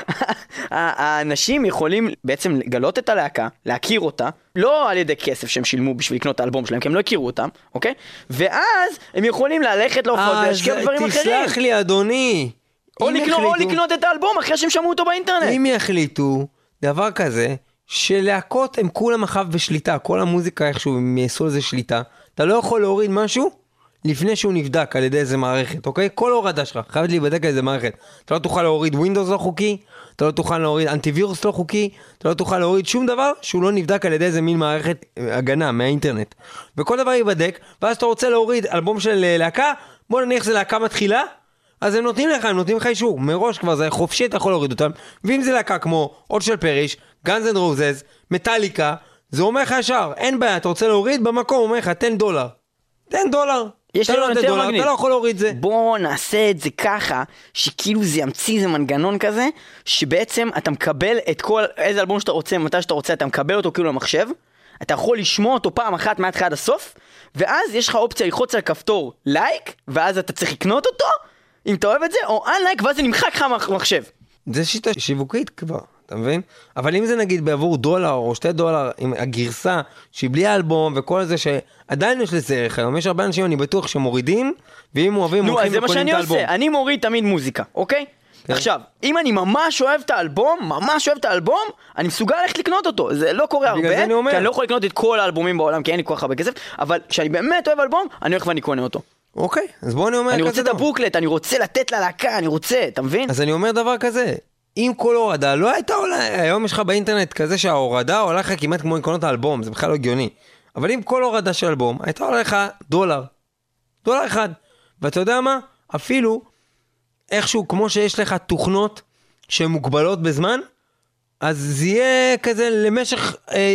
האנשים יכולים בעצם לגלות את הלהקה, להכיר אותה, לא על ידי כסף שהם שילמו בשביל לקנות את האלבום שלהם, כי הם לא הכירו אותם, אוקיי? ואז הם יכולים ללכת להופעות ולהשקיע דברים אחרים. תסלח לי אדוני. או לקנות את האלבום אחרי שהם שמעו אותו באינטרנט. אם יחליטו דבר כזה, שלהקות הם כולם אחר בשליטה, כל המוזיקה איכשהו הם יעשו על זה שליטה, אתה לא יכול להוריד משהו לפני שהוא נבדק על ידי איזה מערכת, אוקיי? כל הורדה שלך חייבת להיבדק על איזה מערכת. אתה לא תוכל להוריד ווינדוס לא חוקי, אתה לא תוכל להוריד אנטיווירוס לא חוקי, אתה לא תוכל להוריד שום דבר שהוא לא נבדק על ידי איזה מין מערכת הגנה מהאינטרנט. וכל דבר ייבדק, ואז אתה רוצה להוריד אלבום של להקה, בוא נניח זה להקה מתחילה, אז הם נותנים לך אישור. מראש כבר זה חופשי, אתה יכול להוריד אותם. ואם זה להקה כמו עוד של פריש, גאנז אנד רוזז, מטליקה, זה אומר לך ישר, אין בעיה, אתה רוצה להוריד במקום, אומר לך, $10. $10. יש לנו יותר מגניב. אתה לא יכול להוריד זה. בוא נעשה את זה ככה, שכאילו זה ימציא איזה מנגנון כזה, שבעצם אתה מקבל את כל, איזה אלבום שאתה רוצה, מתי שאתה רוצה, אתה מקבל אותו כאילו למחשב, אתה יכול לשמוע אותו פעם אחת מההתחלה עד הסוף, ואז יש לך אופציה ללחוץ על כפתור לייק, ואז אתה צריך לקנות אותו, אם אתה אוהב את זה, או אנלייק, ואז זה נמחק לך מהמחשב. זה שיטה שיווקית כבר, אתה מבין? אבל אם זה נגיד בעבור $1 או $2, עם הגרסה שהיא בלי האלבום וכל זה שעדיין יש לזה ערך, היום יש הרבה אנשים אני בטוח שמורידים, ואם אוהבים הולכים וקונים את האלבום. אני מוריד תמיד מוזיקה, אוקיי? עכשיו, אם אני ממש אוהב את האלבום, אני מסוגל ללכת לקנות אותו. זה לא קורה הרבה, כי אני לא יכול לקנות את כל האלבומים בעולם, כי אין לי כל כך הרבה כסף, אבל כשאני באמת אוהב אלבום, אני הולך ואני קונה אותו. אוקיי, אז בוא אני אומר אני רוצה את הבוקלט, אני רוצה לתת ללהקה, אני רוצה, אתה מבין? אז אני אומר דבר כזה, אם כל הורדה לא הייתה עולה, היום יש לך באינטרנט כזה שההורדה עולה לך כמעט כמו לקנות האלבום, זה בכלל לא הגיוני. אבל אם כל הורדה של אלבום הייתה עולה לך $1, $1, ואתה יודע מה? אפילו איכשהו כמו שיש לך תוכנות שהן מוגבלות בזמן, אז זה יהיה כזה למשך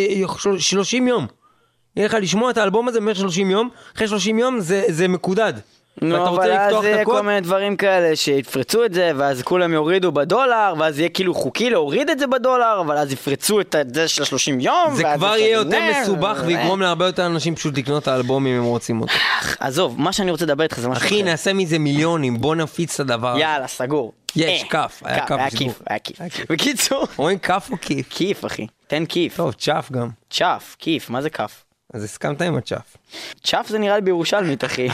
30 יום. יהיה לך לשמוע את האלבום הזה במשך 30 יום, אחרי 30 יום זה מקודד. נו, אבל אז יהיה כל מיני דברים כאלה שיפרצו את זה, ואז כולם יורידו $1, ואז יהיה כאילו חוקי להוריד את זה $1, אבל אז יפרצו את זה של 30 יום. זה כבר יהיה יותר מסובך, ויגרום להרבה יותר אנשים פשוט לקנות את האלבום אם הם רוצים אותו. עזוב, מה שאני רוצה לדבר איתך זה משהו אחר. אחי, נעשה מזה מיליונים, בוא נפיץ את הדבר. יאללה, סגור. יש, כף, היה כף. היה כיף. בקיצור. רואים כף או כיף? כיף, אחי. תן כיף. טוב, צ'אף גם. צ'אף, כיף, מה זה כף? אז הסכמת עם הצ'אף. צ'אף זה נראה לי בירושלמית, אחי.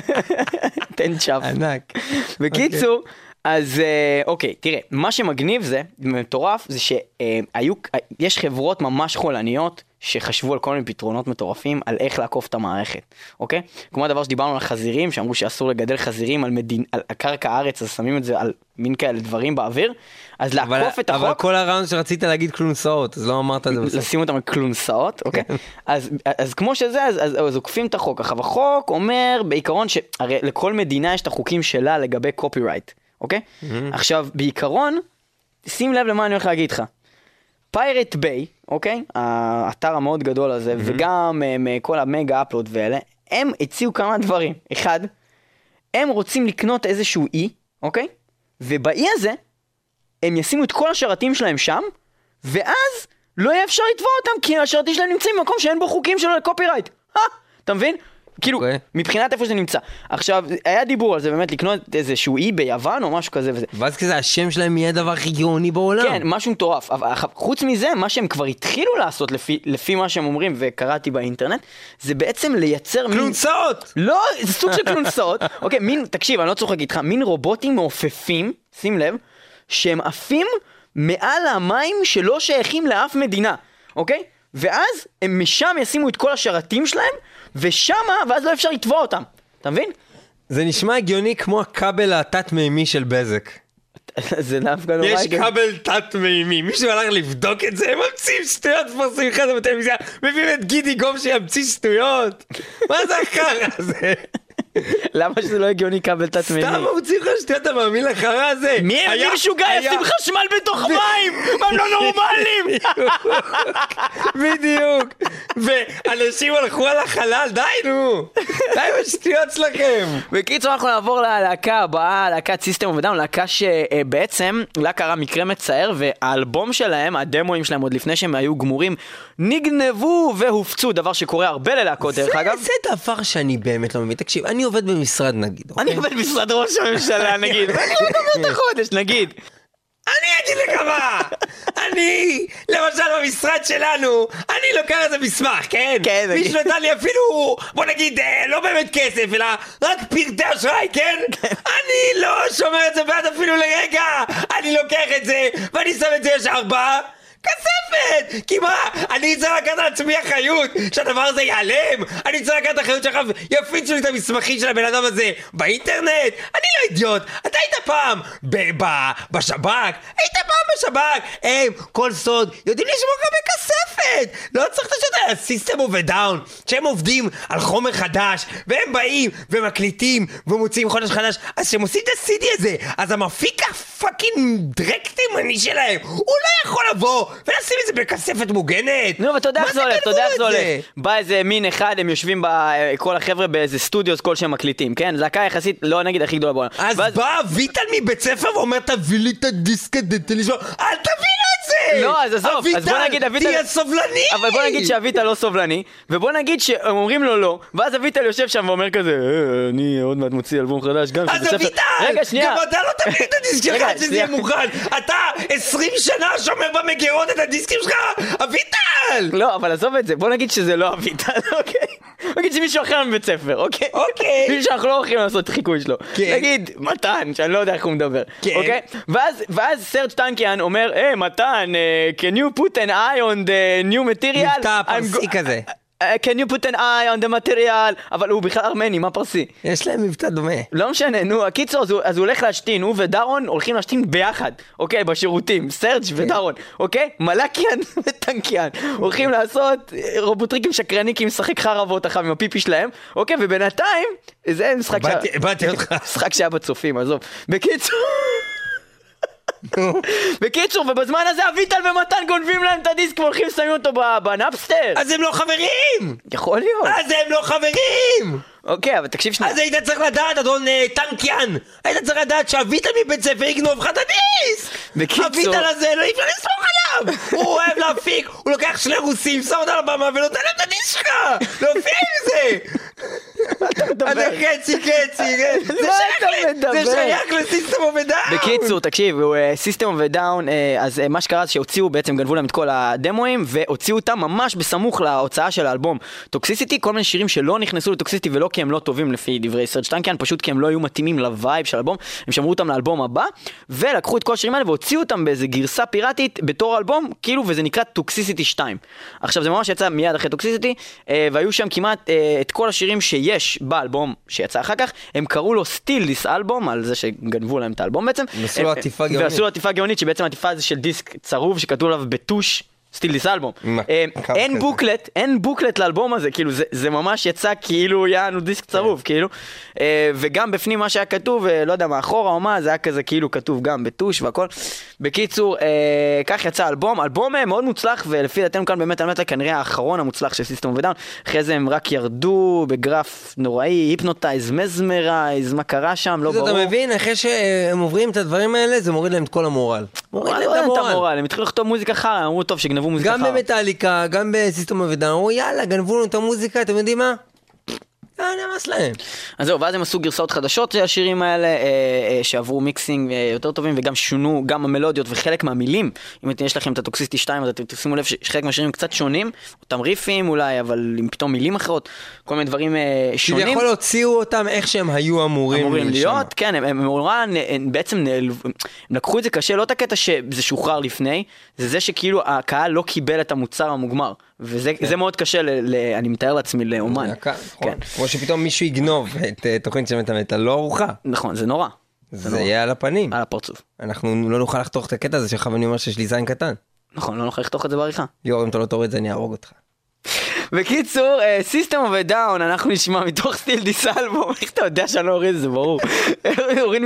תן צ'אף. ענק. בקיצור, אז אוקיי, תראה, מה שמגניב זה, מטורף, זה שיש חברות ממש חולניות שחשבו על כל מיני פתרונות מטורפים על איך לעקוף את המערכת, אוקיי? כמו הדבר שדיברנו על החזירים, שאמרו שאסור לגדל חזירים על הקרקע הארץ, אז שמים את זה על מין כאלה דברים באוויר, אז לעקוף את החוק... אבל כל הרעיון שרצית להגיד כלונסאות, אז לא אמרת את זה בסוף. לשים אותם על כלונסאות, אוקיי? אז כמו שזה, אז עוקפים את החוק. עכשיו, החוק אומר בעיקרון שהרי לכל מדינה יש את החוקים שלה לגבי קופירייט, אוקיי? עכשיו, בעיקרון, שים לב למה אני הולך להגיד לך. פיירט ביי, אוקיי? האתר המאוד גדול הזה, וגם כל המגה אפלוד ואלה, הם הציעו כמה דברים. אחד, הם רוצים לקנות איזשהו אי, אוקיי? ובאי הזה, הם ישימו את כל השרתים שלהם שם, ואז לא יהיה אפשר לתבוע אותם, כי השרתים שלהם נמצאים במקום שאין בו חוקים של קופירייט. אתה מבין? כאילו, אוקיי. מבחינת איפה שזה נמצא. עכשיו, היה דיבור על זה באמת לקנות איזשהו אי ביוון או משהו כזה וזה. ואז כזה השם שלהם יהיה הדבר הכי גאוני בעולם. כן, משהו מטורף. אבל חוץ מזה, מה שהם כבר התחילו לעשות לפי מה שהם אומרים, וקראתי באינטרנט, זה בעצם לייצר מין... קלונסאות! לא, זה סוג של קלונסאות. אוקיי, תקשיב, אני לא צוחק איתך, מין רובוטים מעופפים, שים לב, שהם עפים מעל המים שלא שייכים לאף מדינה, אוקיי? ואז הם משם ישימו את כל השרתים שלהם, ואז לא אפשר לתבוע אותם. אתה מבין? זה נשמע הגיוני כמו הכבל התת-מימי של בזק. זה דווקא נורא יש הגיוני. כבל תת-מימי, מישהו הלך לבדוק את זה, הם ממציאים שטויות פרסים אחד בטלוויזיה, מביאים את גידי גום שימציא שטויות. מה זה החרא הזה? למה שזה לא הגיוני כבל תת-מימי? סתם ממציאים לך שטויות, אתה מאמין לחרא הזה? מי הם משוגע ישים חשמל בתוך מים? מה הם לא נורמלים? בדיוק. ואנשים הלכו על החלל, די נו. די בשטויות שלכם. בקיצור, אנחנו נעבור ללהקה הבאה, להקת סיסטם אוף א דאון, להקה שבעצם לה קרה מקרה מצער, והאלבום שלהם, הדמוים שלהם עוד לפני שהם היו גמורים, נגנבו והופצו, דבר שקורה הרבה ללהקות דרך אגב. זה דבר שאני באמת לא מבין. תקשיב, אני עובד במשרד נגיד. אני עובד במשרד ראש הממשלה נגיד, ואני לא גמר את החודש נגיד. אני אגיד לך מה! אני, למשל במשרד שלנו, אני לוקח איזה מסמך, כן? כן, נגיד. מישהו נתן לי אפילו, בוא נגיד, לא באמת כסף, אלא רק פרטי אשראי, כן? אני לא שומר את זה בעד אפילו לרגע! אני לוקח את זה, ואני שם את זה ישר כספת! כי מה? אני צריך לקחת על עצמי אחריות שהדבר הזה ייעלם! אני צריך לקחת אחריות שאחר יפיצו לי את המסמכים של הבן אדם הזה באינטרנט! אני לא אידיוט! אתה היית פעם בשב"כ! היית פעם בשב"כ! הם, כל סוד, יודעים לשמור לך בכספת! לא צריך לשאול על סיסטם אוף א דאון שהם עובדים על חומר חדש והם באים ומקליטים ומוציאים חודש חדש, אז שהם עושים את ה-CD הזה, אז המפיק הפאקינג דרקטימני שלהם הוא לא יכול לבוא ולשים את זה בכספת מוגנת. נו, ואתה יודע איך זה הולך, אתה יודע איך זה הולך. בא איזה מין אחד, הם יושבים כל החבר'ה באיזה סטודיוס כל שהם מקליטים, כן? זה להקה יחסית, לא נגיד הכי גדולה בעולם. אז בא אביטל מבית ספר ואומר תביא לי את הדיסק הזה, תן לי לשמוע, אל תביא לו את זה! לא, אז עזוב, אז בוא נגיד אביטל, תהיה סובלני! אבל בוא נגיד שאביטל לא סובלני, ובוא נגיד שהם אומרים לו לא, ואז אביטל יושב שם ואומר כזה, אני עוד מעט מוציא אלבום חדש גם אז אביטל! רגע, שנייה. גם אתה לא תביא את הדיסק שלך עד שזה יהיה מוכן! אתה 20 שנה שומר במגירות את הדיסקים שלך! אביטל! לא, אבל עזוב את זה, בוא נגיד שזה לא אביטל, אוקיי? נגיד שמישהו אחר מבית ספר, אוקיי? אוקיי. מישהו שאנחנו לא הולכים לעשות חיקוי שלו. כן. נגיד, מתן, שאני לא יודע איך הוא מדבר. כן. אוקיי? ואז סרג' טנקיאן אומר, מתן, can you put an eye on the new material? מבטא פרסי כזה. can you put an eye on the material? אבל הוא בכלל ארמני, מה פרסי? יש להם מבטא דומה. לא משנה, נו, הקיצור, אז הוא הולך להשתין, הוא ודרון הולכים להשתין ביחד, אוקיי, בשירותים, סרג' ודרון, אוקיי? מלאקיאן וטנקיאן, הולכים לעשות רובוטריקים שקרניקים, משחק חרבות אחת עם הפיפי שלהם, אוקיי, ובינתיים, זה משחק באתי אותך. משחק שהיה בצופים, עזוב. בקיצור, ובזמן הזה אביטל ומתן גונבים להם את הדיסק והולכים לסיים אותו בנאפסטר. אז הם לא חברים! יכול להיות. אז הם לא חברים! אוקיי, אבל תקשיב שנייה. אז היית צריך לדעת, אדון טנקיאן, היית צריך לדעת שאביטל מבית ספר יגנוב לך את הדיסק! בקיצור. אביטל הזה לא אפשר לסמוך עליו! הוא אוהב להפיק, הוא לוקח שני רוסים, שם אותם על הבמה ונותן להם את הדיסק שלך! להופיע עם זה! אני חצי, זה שייך לסיסטם אוף א דאון! בקיצור, תקשיב, סיסטם אוף א דאון, אז מה שקרה זה שהוציאו, בעצם גנבו להם את כל הדמוים, והוציאו אותם ממש בסמוך להוצאה של האלבום טוקסיסיטי, כל מיני שירים שלא נכנסו לטוקסיסיטי ולא כי הם לא טובים לפי דברי סרג' טנקיאן, פשוט כי הם לא היו מתאימים לווייב של האלבום, הם שמרו אותם לאלבום הבא, ולקחו את כל השירים האלה והוציאו אותם באיזה גרסה פיראטית בתור אלבום, כאילו, וזה נקרא טוקסיסיטי 2. עכשיו זה ממש יצא מיד אחרי טוקסיסיטי, והיו שם כמעט את כל השירים שיש באלבום שיצא אחר כך, הם קראו לו סטיל דיס אלבום, על זה שגנבו להם את האלבום בעצם. ועשו לו עטיפה גאונית. ועשו לו עטיפה גאונית, שבעצם העטיפה זה של דיסק צרוב שכתוב עליו בטוש סטיל דיס אלבום. אין בוקלט לאלבום הזה, כאילו זה ממש יצא כאילו יענו דיסק צרוב, כאילו. וגם בפנים מה שהיה כתוב, לא יודע מה, אחורה או מה, זה היה כזה כאילו כתוב גם בטוש והכל. בקיצור, כך יצא אלבום מאוד מוצלח, ולפי דעתנו כאן באמת כנראה האחרון המוצלח של סיסטם אוף א דאון. אחרי זה הם רק ירדו בגרף נוראי, היפנוטייז, מזמרייז, מה קרה שם, לא ברור. אתה מבין, אחרי שהם עוברים את הדברים האלה, זה מוריד להם את כל המורל. מוריד להם את המורל. הם התחילו לכתוב מוזיקה חרא, אמרו טוב שגנבו מוזיקה חרא. גם במטאליקה, גם בסיסטם אוף א דאון, אמרו יאללה, גנבו לנו את המוזיקה, אתם יודעים מה? נמאס להם. אז זהו, ואז הם עשו גרסאות חדשות של השירים האלה, שעברו מיקסינג יותר טובים, וגם שונו גם המלודיות וחלק מהמילים. אם יש לכם את הטוקסיסטי 2, אז אתם תשימו לב שחלק מהשירים קצת שונים, אותם ריפים אולי, אבל עם פתאום מילים אחרות, כל מיני דברים שונים. שיכול להוציאו אותם איך שהם היו אמורים להיות, כן, הם בעצם הם לקחו את זה קשה, לא את הקטע שזה שוחרר לפני, זה שכאילו הקהל לא קיבל את המוצר המוגמר, וזה מאוד קשה, אני מתאר לעצמי לאומן. כמו שפתאום מישהו יגנוב את תוכנית של מטה, לא ארוחה. נכון, זה נורא. זה יהיה על הפנים. על הפרצוף. אנחנו לא נוכל לחתוך את הקטע הזה שלך, ואני אומר שיש לי זין קטן. נכון, לא נוכל לחתוך את זה בעריכה. ליאור, אם אתה לא תוריד את זה, אני אהרוג אותך. בקיצור, System of a Down, אנחנו נשמע מתוך סטיל דיס אלבום, איך אתה יודע שאני לא אוריד את זה, ברור. אוריד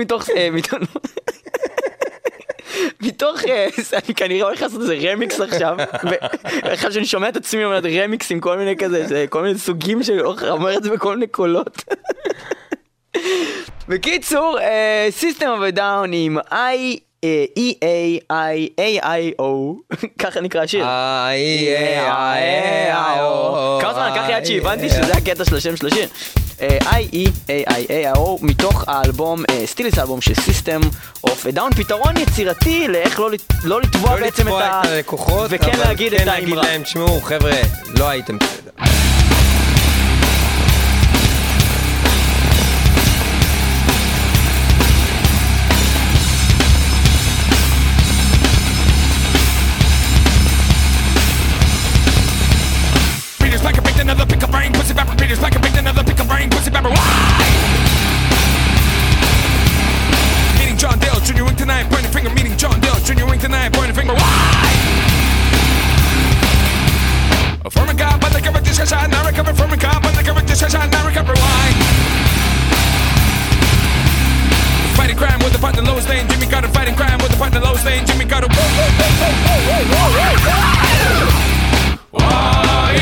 מתוך, אני כנראה הולך לעשות איזה רמיקס עכשיו, ואחר שאני שומע את עצמי אומרת רמיקס עם כל מיני כזה, כל מיני סוגים של אומר את זה בכל מיני קולות. בקיצור, System of a Down עם E-A-I-A-I-A-I-O, ככה נקרא השיר. I-E-A-I-A-I-O. כמה זמן לקח לי עד שהבנתי שזה הקטע של השם של השיר. I-E-A-I-A-I-O, מתוך האלבום, סטיליס האלבום של System of a Down, פתרון יצירתי לאיך לא לתבוע בעצם את הלקוחות, וכן להגיד את האמרה. להגיד להם, תשמעו חבר'ה, לא הייתם בסדר. Another pick a brain, pussy pepper. Peter's like a big another pick a brain, pussy pepper. Why? Meeting John Dale, Junior Wink tonight, pointing finger. Meeting John Dale, Junior Wink tonight, pointing finger. Why? From a guy, but the cover discussion, now recover from a guy, but the cover discussion, now recover. Why? Fighting crime with the partner lowest lane, Jimmy got a fighting crime with the partner lowest lane, Jimmy got a. Why?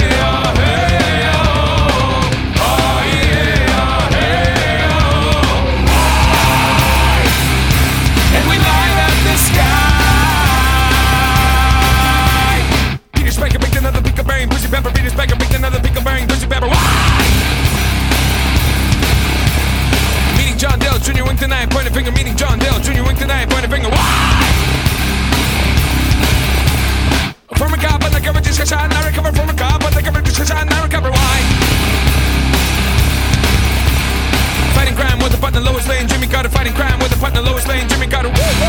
Pepper, Peter Specker, picked another pick of bearing, pussy pepper. Why? Meeting John Dale, Junior Wink tonight, point a finger. Meeting John Dale, Junior Wink tonight, point a finger. Why? From a car, but the cover discussion, I recover from a car, but the cover discussion, I recover. Why? Fighting crime with the partner lowest lane, Jimmy got a fighting crime with the partner lowest lane, Jimmy got a.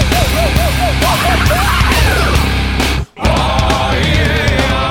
Oh yeah.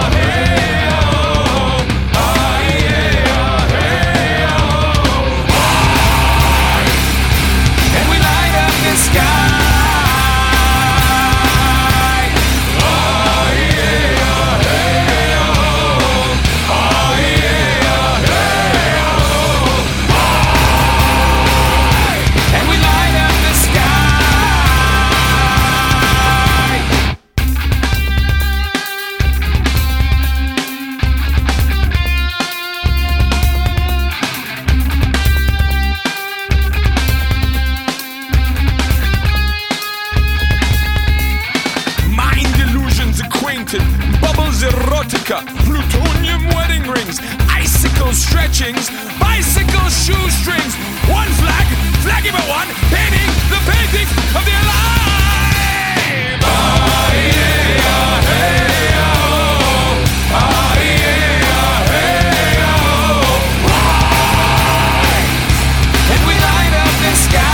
Plutonium wedding rings, icicle stretchings, bicycle shoestrings, one flag, flaggy but one, painting the paintings of the alive. And we light up the sky.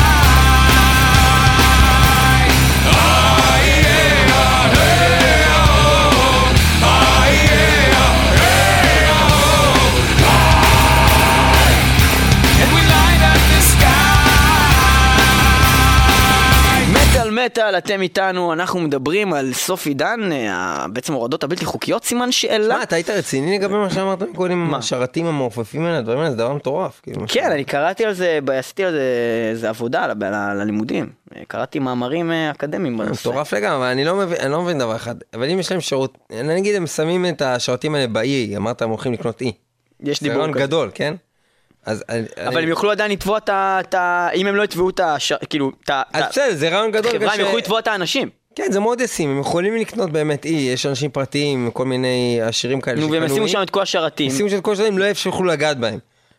מטל, אתם איתנו, אנחנו מדברים על סוף עידן, בעצם הורדות הבלתי חוקיות, סימן שאלה. אתה היית רציני לגבי מה שאמרת קודם, השרתים המעופפים האלה, הדברים האלה, זה דבר מטורף. כן, אני קראתי על זה, עשיתי על זה עבודה ללימודים, קראתי מאמרים אקדמיים בנושא. מטורף לגמרי, אבל אני לא מבין דבר אחד, אבל אם יש להם שירות, אני אגיד, הם שמים את השרתים האלה באי, אמרת, הם הולכים לקנות אי. יש דיבור כזה. זה רעיון גדול, כן? אבל הם יוכלו עדיין לתבוע אם הם לא יתבעו כאילו, אז בסדר, זה רעיון גדול. חברה, הם יוכלו לתבוע את האנשים. כן, זה מאוד ישים, הם יכולים לקנות באמת אי, יש אנשים פרטיים, כל מיני עשירים כאלה. נו, והם ישימו שם את כל השרתים. ישימו שם את כל השרתים, לא איפה שיוכלו לגעת בהם.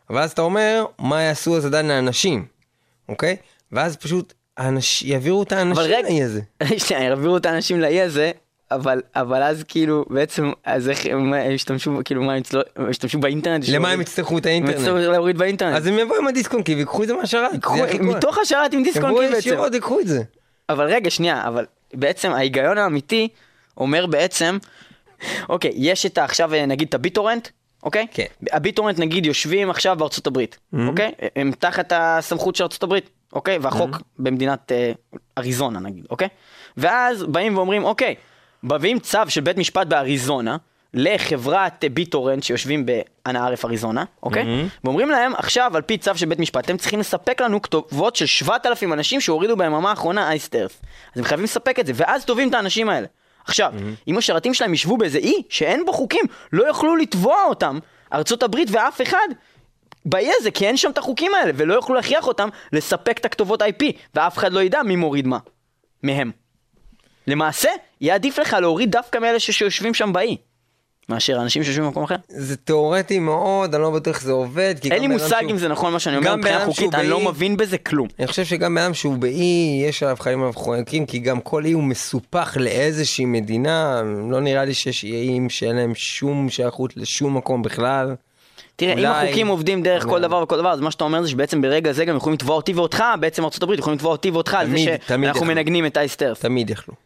ואז אתה אומר, מה יעשו אז עדיין לאנשים, אוקיי? ואז פשוט יעבירו את האנשים לאי הזה. יעבירו את האנשים לאי הזה, אבל אז כאילו, בעצם, אז איך הם השתמשו, כאילו, מה הם השתמשו באינטרנט? למה הם יצטרכו את האינטרנט? הם יצטרכו להוריד באינטרנט. אז הם יבואו עם הדיסק-און-קי ויקחו את זה מהשרת. מתוך השרת עם דיסק-און-קי בעצם. יבואו ישירות, יקחו את זה. אבל רגע, שנייה, אבל בעצם ההיגיון האמיתי אומר בעצם, אוקיי, יש את עכשיו נגיד את הביטורנט, אוקיי? כן. הביטורנט נגיד יושבים עכשיו בארצות הברית, אוקיי? הם תחת הסמכות של ארצות הברית, אוקיי? והחוק במדינת אריזונה נגיד, אוקיי? ואז באים ואומרים, אוקיי, מביאים צו של בית משפט באריזונה, לחברת ביטורנט שיושבים באנה ערף אריזונה, אוקיי? ואומרים להם, עכשיו על פי צו של בית משפט, אתם צריכים לספק לנו כתובות של 7,000 אנשים שהורידו ביממה האחרונה אייסטרף. אז הם חייבים לספק את זה, ואז תובעים את האנשים האלה. עכשיו, אם השרתים שלהם ישבו באיזה אי שאין בו חוקים, לא יוכלו לתבוע אותם, ארצות הברית ואף אחד, באי הזה, כי אין שם את החוקים האלה, ולא יוכלו להכריח אותם לספק את הכתובות IP, ואף אחד לא ידע מי מוריד מה מהם. למעשה, יהיה עדיף לך להוריד דווקא מאלה שיושבים שם באי, מאשר אנשים שיושבים במקום אחר. זה תיאורטי מאוד, אני לא בטוח שזה עובד. אין לי מושג אם זה נכון מה שאני אומר, מבחינה חוקית, אני לא מבין בזה כלום. אני חושב שגם באדם שהוא באי, יש עליו חיים מבחוקים, כי גם כל אי הוא מסופח לאיזושהי מדינה, לא נראה לי שיש איים שאין להם שום שייכות לשום מקום בכלל. תראה, אם החוקים עובדים דרך כל דבר וכל דבר, אז מה שאתה אומר זה שבעצם ברגע זה גם יכולים לתבוע אותי ואותך, בעצם ארצות הברית יכולים לתבוע אותי ואותך על זה שאנחנו מנגנים את אייסטרף. תמיד יכלו.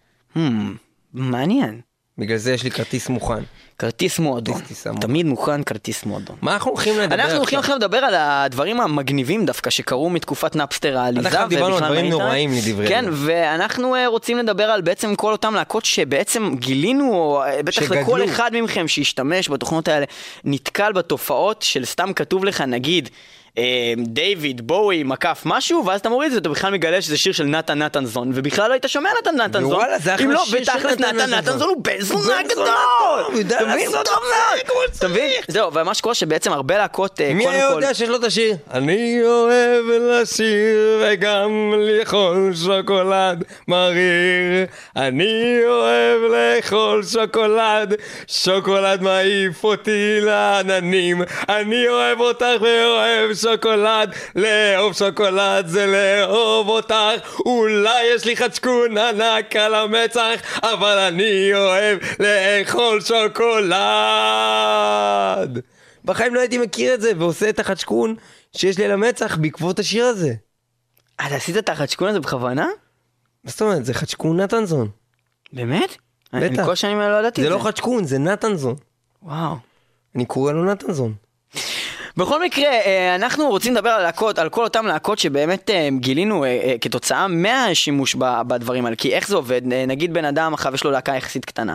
מעניין. בגלל זה יש לי כרטיס מוכן. כרטיס מועדון. תמיד מוכן כרטיס מועדון. מה אנחנו הולכים לדבר עכשיו? אנחנו הולכים עכשיו לדבר על הדברים המגניבים דווקא שקרו מתקופת נאפסטר העליזה. אנחנו דיברנו על דברים נוראים לדברי. כן, ואנחנו רוצים לדבר על בעצם כל אותם להקות שבעצם גילינו, או בטח לכל אחד מכם שהשתמש בתוכנות האלה, נתקל בתופעות של סתם כתוב לך נגיד, דיוויד, בואי, מקף משהו, ואז אתה מוריד את זה, אתה בכלל מגלה שזה שיר של נתן נתנזון, ובכלל לא היית שומע נתן נתנזון. אם לא, בתכלס נתן נתנזון הוא בזונה גדול! אתה מבין? זהו, ומה שקורה שבעצם הרבה להקות, מי יודע שיש לו את השיר? אני אוהב לשיר וגם לאכול שוקולד מריר. אני אוהב לאכול שוקולד, שוקולד מעיף אותי לעננים. אני אוהב אותך ואוהב שוקולד, לאהוב שוקולד זה לאהוב אותך. אולי יש לי חצ'קון ענק על המצח, אבל אני אוהב לאכול שוקולד. בחיים לא הייתי מכיר את זה, ועושה את החצ'קון שיש לי על המצח בעקבות השיר הזה. אתה עשית את החצ'קון הזה בכוונה? מה זאת אומרת? זה חצ'קון נתנזון. באמת? בטח. כל שנים לא ידעתי את זה. זה לא חצ'קון, זה נתנזון. וואו. אני קורא לו נתנזון. בכל מקרה, אנחנו רוצים לדבר על כל אותם להקות שבאמת גילינו כתוצאה מהשימוש בדברים האלה. כי איך זה עובד? נגיד בן אדם אחר יש לו להקה יחסית קטנה.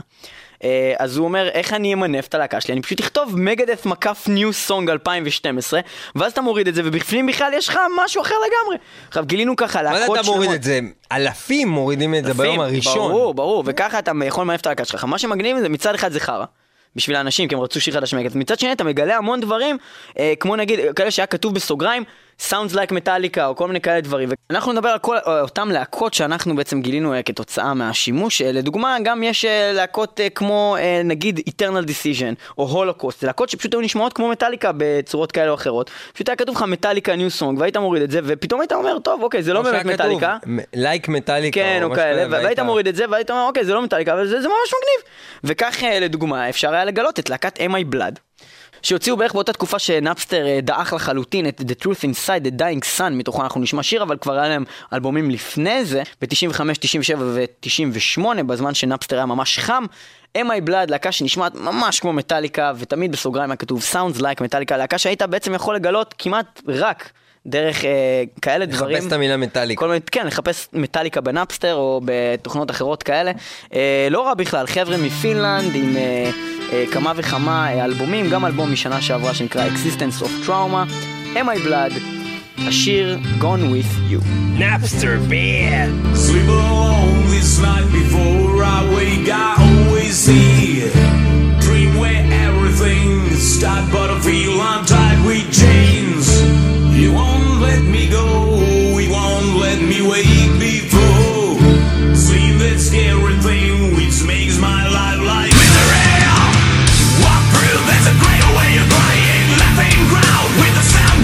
אז הוא אומר, איך אני אמנף את הלהקה שלי? אני פשוט אכתוב מגדף מקף ניו סונג 2012, ואז אתה מוריד את זה, ובפנים בכלל יש לך משהו אחר לגמרי. עכשיו, גילינו ככה להקות שלמות. מה אתה מוריד את זה? אלפים מורידים את זה ביום הראשון. ברור, ברור, וככה אתה יכול למנף את הלהקה שלך. מה שמגניב זה מצד אחד זה חרה. בשביל האנשים, כי הם רצו שיר חדש מגדף. מצד שני, אתה מגלה המון דברים, כמו נגיד, כאלה שהיה כתוב בסוגריים, Sounds like Metallica, או כל מיני כאלה דברים. ואנחנו נדבר על כל אותם להקות שאנחנו בעצם גילינו כתוצאה מהשימוש. לדוגמה, גם יש להקות כמו, נגיד, Eternal Decision, או Holocaust. זה להקות שפשוט היו נשמעות כמו מטאליקה בצורות כאלה או אחרות. פשוט היה כתוב לך מטאליקה ניו סונג, והיית מוריד את זה, ופתאום היית אומר, טוב, אוקיי, זה לא באמת מטאליקה. Like Metallica. כן, או כאלה, והיית מוריד את זה, והיית אומר, אוקיי, זה לא מטאליקה, אבל זה ממש מגניב. וכך, לדוגמה, אפשר היה לגלות את להקת MI Blood. שהוציאו בערך באותה תקופה שנאפסטר דאח לחלוטין את The Truth Inside the Dying Sun, מתוכו אנחנו נשמע שיר, אבל כבר היה להם אלבומים לפני זה, ב-95, 97 ו-98, בזמן שנאפסטר היה ממש חם. MI Blood, להקה שנשמעת ממש כמו מטאליקה, ותמיד בסוגריים היה כתוב Sounds like מטאליקה, להקה שהיית בעצם יכול לגלות כמעט רק דרך כאלה דברים. לחפש את המילה מטאליקה. כן, לחפש מטאליקה בנאפסטר או בתוכנות אחרות כאלה. לא רע בכלל, חבר'ה מפינלנד עם כמה וכמה אלבומים, גם אלבום משנה שעברה שנקרא Existence of Trauma, MI Blood, השיר Gone With You. Napster bed. Sleep alone this night before I wake. I always see dream where everything starts, but I feel I'm tied with chains. You won't let me go, you won't let me wake before sleep that scary thing which makes my life like misery. Walk through, there's a great way of crying, laughing crowd with the sound.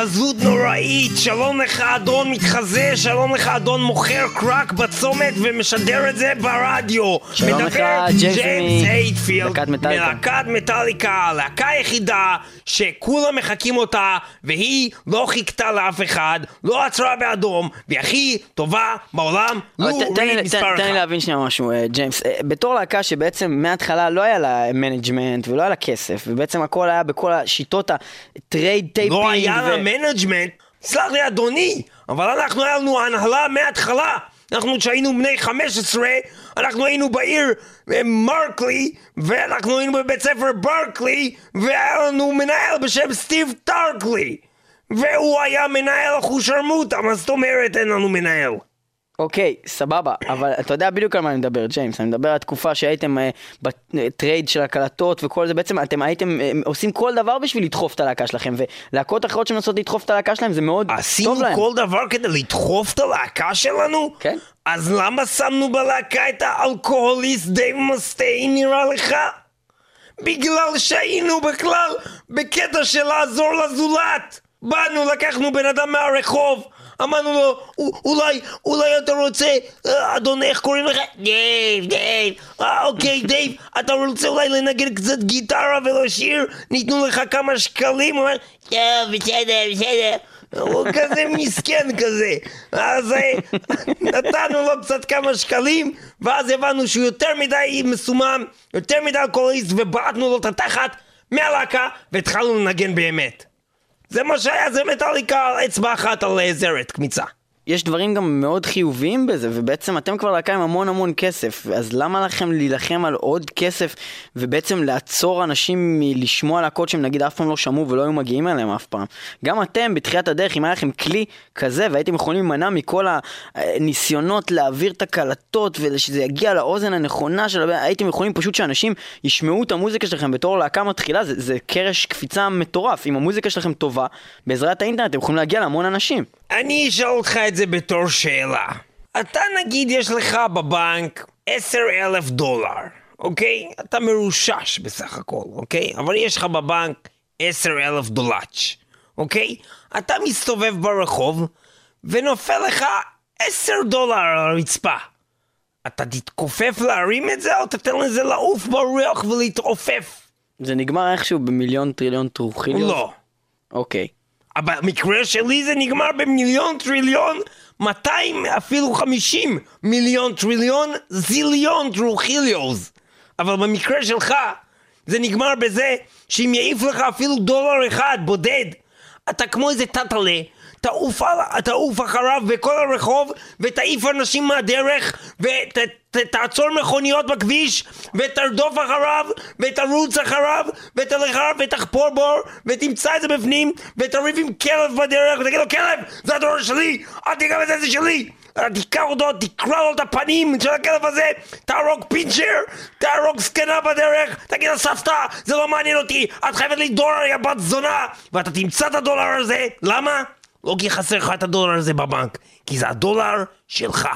התחזות נוראית. שלום לך אדון מתחזה, שלום לך אדון מוכר קרק בצומת ומשדר את זה ברדיו. שלום לך, ג'יימס הייטפילד, להקת מטאליקה. מלהקת מטאליקה, הלהקה היחידה שכולם מחכים אותה, והיא לא חיכתה לאף אחד, לא עצרה באדום, והיא הכי טובה בעולם. תן לי להבין שנייה משהו, ג'יימס. בתור להקה שבעצם מההתחלה לא היה לה מנג'מנט ולא היה לה כסף, ובעצם הכל היה בכל השיטות הטרייד טייפינג. לא היה לה מנג'מנט, סלח לי אדוני, אבל אנחנו היה לנו הנהלה מההתחלה. אנחנו כשהיינו בני 15, אנחנו היינו בעיר מרקלי, ואנחנו היינו בבית ספר ברקלי, והיה לנו מנהל בשם סטיב טרקלי, והוא היה מנהל אחושרמוטה. מה זאת אומרת אין לנו מנהל? אוקיי, סבבה, אבל אתה יודע בדיוק על מה אני מדבר, ג'יימס. אני מדבר על התקופה שהייתם בטרייד של הקלטות וכל זה. בעצם אתם הייתם עושים כל דבר בשביל לדחוף את הלהקה שלכם, ולהקות אחרות שמנסות לדחוף את הלהקה שלהם זה מאוד טוב להם. עשינו כל דבר כדי לדחוף את הלהקה שלנו? כן. אז למה שמנו בלהקה את האלכוהוליסט דייב מסטיין נראה לך? בגלל שהיינו בכלל בקטע של לעזור לזולת. באנו, לקחנו בן אדם מהרחוב, אמרנו לו, אולי אתה רוצה, אדון, איך קוראים לך? דייב. אוקיי, דייב, אתה רוצה אולי לנגן קצת גיטרה ולשיר? ניתנו לך כמה שקלים? הוא אומר, טוב, בסדר. הוא כזה מסכן כזה. אז נתנו לו קצת כמה שקלים, ואז הבנו שהוא יותר מדי מסומם, יותר מדי אלכוהוליסט, ובעטנו לו את התחת מהלהקה, והתחלנו לנגן באמת. זה מה שהיה, זה מטאליקה על אצבע אחת על זרת, קמיצה. יש דברים גם מאוד חיוביים בזה, ובעצם אתם כבר להקה עם המון כסף, אז למה לכם להילחם על עוד כסף, ובעצם לעצור אנשים מלשמוע להקות שהם נגיד אף פעם לא שמעו ולא היו מגיעים אליהם אף פעם? גם אתם בתחילת הדרך, אם היה לכם כלי כזה, והייתם יכולים להימנע מכל הניסיונות להעביר את הקלטות, ושזה יגיע לאוזן הנכונה, הייתם יכולים פשוט שאנשים ישמעו את המוזיקה שלכם בתור להקה מתחילה. זה קרש קפיצה מטורף. אם המוזיקה שלכם טובה, בעזרת האינטרנט אתם יכולים להגיע להמון אנשים. אני אשאל אותך את זה בתור שאלה. אתה נגיד יש לך בבנק $10,000, אוקיי? אתה מרושש בסך הכל, אוקיי? אבל יש לך בבנק $10,000, אוקיי? אתה מסתובב ברחוב ונופל לך $10 על הרצפה. אתה תתכופף להרים את זה או תתן לזה לעוף ברוח ולהתעופף? זה נגמר איכשהו במיליון טריליון טרוחיליות? לא. אוקיי. אבל במקרה שלי זה נגמר במיליון טריליון 200 אפילו 50 מיליון טריליון זיליון טרוחיליוז. אבל במקרה שלך זה נגמר בזה שאם יעיף לך אפילו $1 בודד, אתה כמו איזה טטלה, תעוף אחריו בכל הרחוב ותעיף אנשים מהדרך ותעצור מכוניות בכביש ותרדוף אחריו ותרוץ אחריו ותלך אחריו ותחפור בור ותמצא את זה בפנים ותריב עם כלב בדרך ותגיד לו, כלב, זה הדולר שלי, אל תיגע בזה, זה שלי. תיקח אותו, תקרא לו את הפנים של הכלב הזה, תהרוג פינצ'ר, תהרוג סקנה בדרך, תגיד לסבתא, זה לא מעניין אותי, את חייבת לי $1, יא בת זונה, ואתה תמצא את $1 הזה. למה? לא כי חסר לך את $1 הזה בבנק, כי זה $1 שלך.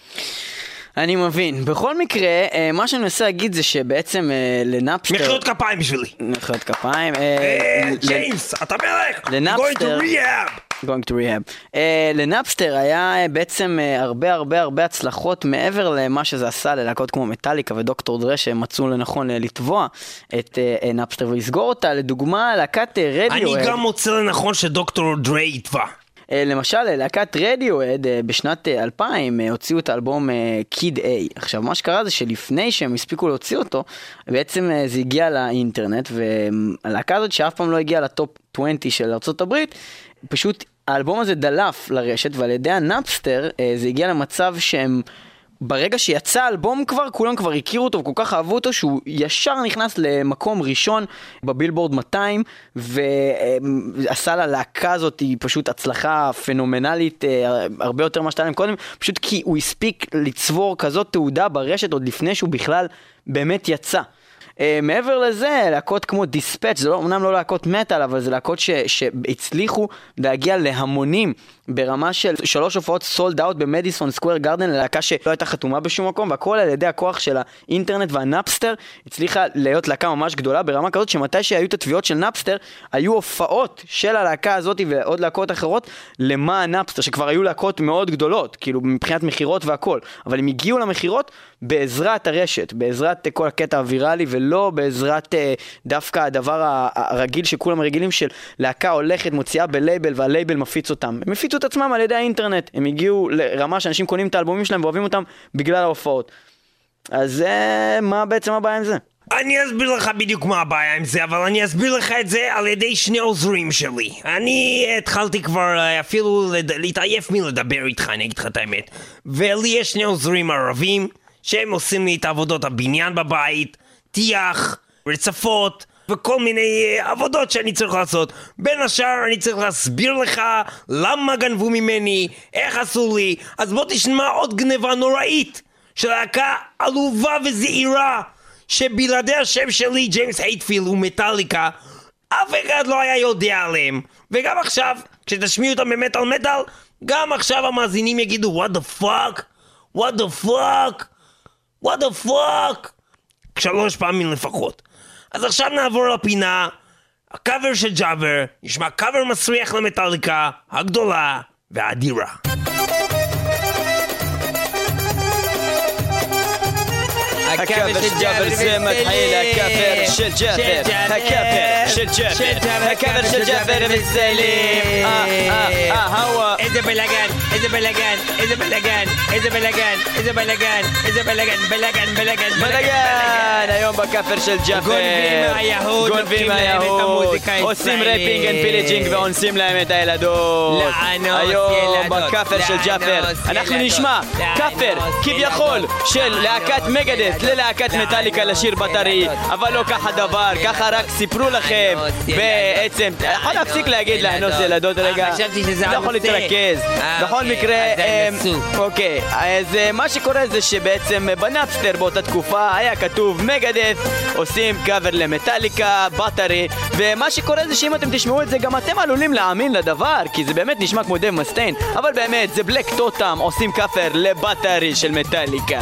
אני מבין. בכל מקרה, מה שאני מנסה להגיד זה שבעצם לנאפסטר... מחיאות כפיים בשבילי. מחיאות כפיים. ג'יימס, אתה מלך. לנאפסטר... Going to rehab. לנאפסטר היה בעצם הרבה הצלחות מעבר למה שזה עשה ללהקות כמו מטאליקה ודוקטור דרה, שהם מצאו לנכון לתבוע את נאפסטר ולסגור אותה. לדוגמה, להקת רדיו... אני גם מוצא לנכון שדוקטור דרה יתבע. למשל, להקת רדיואד בשנת 2000 הוציאו את האלבום קיד איי. עכשיו, מה שקרה זה שלפני שהם הספיקו להוציא אותו, בעצם זה הגיע לאינטרנט, והלהקה הזאת שאף פעם לא הגיעה לטופ 20 של ארצות הברית, פשוט האלבום הזה דלף לרשת, ועל ידי הנאפסטר זה הגיע למצב שהם... ברגע שיצא האלבום כולם כבר הכירו אותו וכל כך אהבו אותו, שהוא ישר נכנס למקום ראשון בבילבורד 200, ועשה ללהקה הזאת היא פשוט הצלחה פנומנלית, הרבה יותר מה שהיה להם קודם, פשוט כי הוא הספיק לצבור כזאת תעודה ברשת עוד לפני שהוא בכלל באמת יצא. מעבר לזה, להקות כמו דיספאץ', זה אומנם לא להקות מטל, אבל זה להקות שהצליחו להגיע להמונים ברמה של 3 הופעות סולד אאוט במדיסון סקוואר גארדן, ללהקה שלא הייתה חתומה בשום מקום, והכל על ידי הכוח של האינטרנט והנאפסטר, הצליחה להיות להקה ממש גדולה ברמה כזאת, שמתי שהיו את התביעות של נאפסטר, היו הופעות של הלהקה הזאת ועוד להקות אחרות למען נאפסטר, שכבר היו להקות מאוד גדולות, כאילו מבחינת מחירות והכל, אבל הם הגיעו למחירות בעזרת הרשת, בעזרת כל הקטע הוויראלי, ולא בעזרת דווקא הדבר הרגיל שכולם רגילים של להקה הולכת, מוציאה בלייבל והלייבל מפיץ אותם. הם מפיצו את עצמם על ידי האינטרנט, הם הגיעו לרמה שאנשים קונים את האלבומים שלהם ואוהבים אותם בגלל ההופעות. אז מה בעצם הבעיה עם זה? אני אסביר לך בדיוק מה הבעיה עם זה, אבל אני אסביר לך את זה על ידי 2 עוזרים שלי. אני התחלתי כבר אפילו להתעייף מלדבר איתך, אני אגיד לך את האמת. ולי יש 2 עוזרים ערבים שהם עושים לי את עבודות הבניין בבית, טיח, רצפות וכל מיני עבודות שאני צריך לעשות. בין השאר אני צריך להסביר לך למה גנבו ממני, איך עשו לי. אז בוא תשמע עוד גנבה נוראית של להקה עלובה וזעירה שבלעדי השם שלי, ג'יימס הייטפילד ומטליקה, אף אחד לא היה יודע עליהם. וגם עכשיו, כשתשמיעו אותם במטל מטל, גם עכשיו המאזינים יגידו what the fuck? what the fuck? what the fuck? 3 פעמים לפחות. אז עכשיו נעבור לפינה, הקאבר של ג'אבר, נשמע קאבר מסריח למטליקה, הגדולה והאדירה. הקאבר של ג'אבר זה מתחיל, הקאבר של ג'אבר, הקאבר של ג'אבר, הקאבר של ג'אבר מסלים. איזה בלגן, איזה בלגן, איזה בלגן, איזה בלגן, איזה בלגן, איזה בלגן, בלגן, בלגן, בלגן, היום בקאבר של ג'אבר גונבים מהיהוד, עושים רייפינג and פילג'ינג ואונסים להם את הילדות. היום בקאבר של ג'אבר אנחנו נשמע קאבר כביכול של להקת מגדס ללהקת מטליקה לשיר בטרי, אבל לא ככה דבר, ככה רק סיפרו לכם בעצם. יכול להפסיק להגיד לאנוס ילדות רגע, לא יכול להתרכז. בכל מקרה, אוקיי, אז מה שקורה זה שבעצם בנאפסטר באותה תקופה היה כתוב מגדס עושים קאבר למטליקה בטרי, ומה שקורה זה שאם אתם תשמעו את זה גם אתם עלולים להאמין לדבר, כי זה באמת נשמע כמו דב מסטיין, אבל באמת זה בלק טוטם עושים קאבר לבטרי של מטליקה.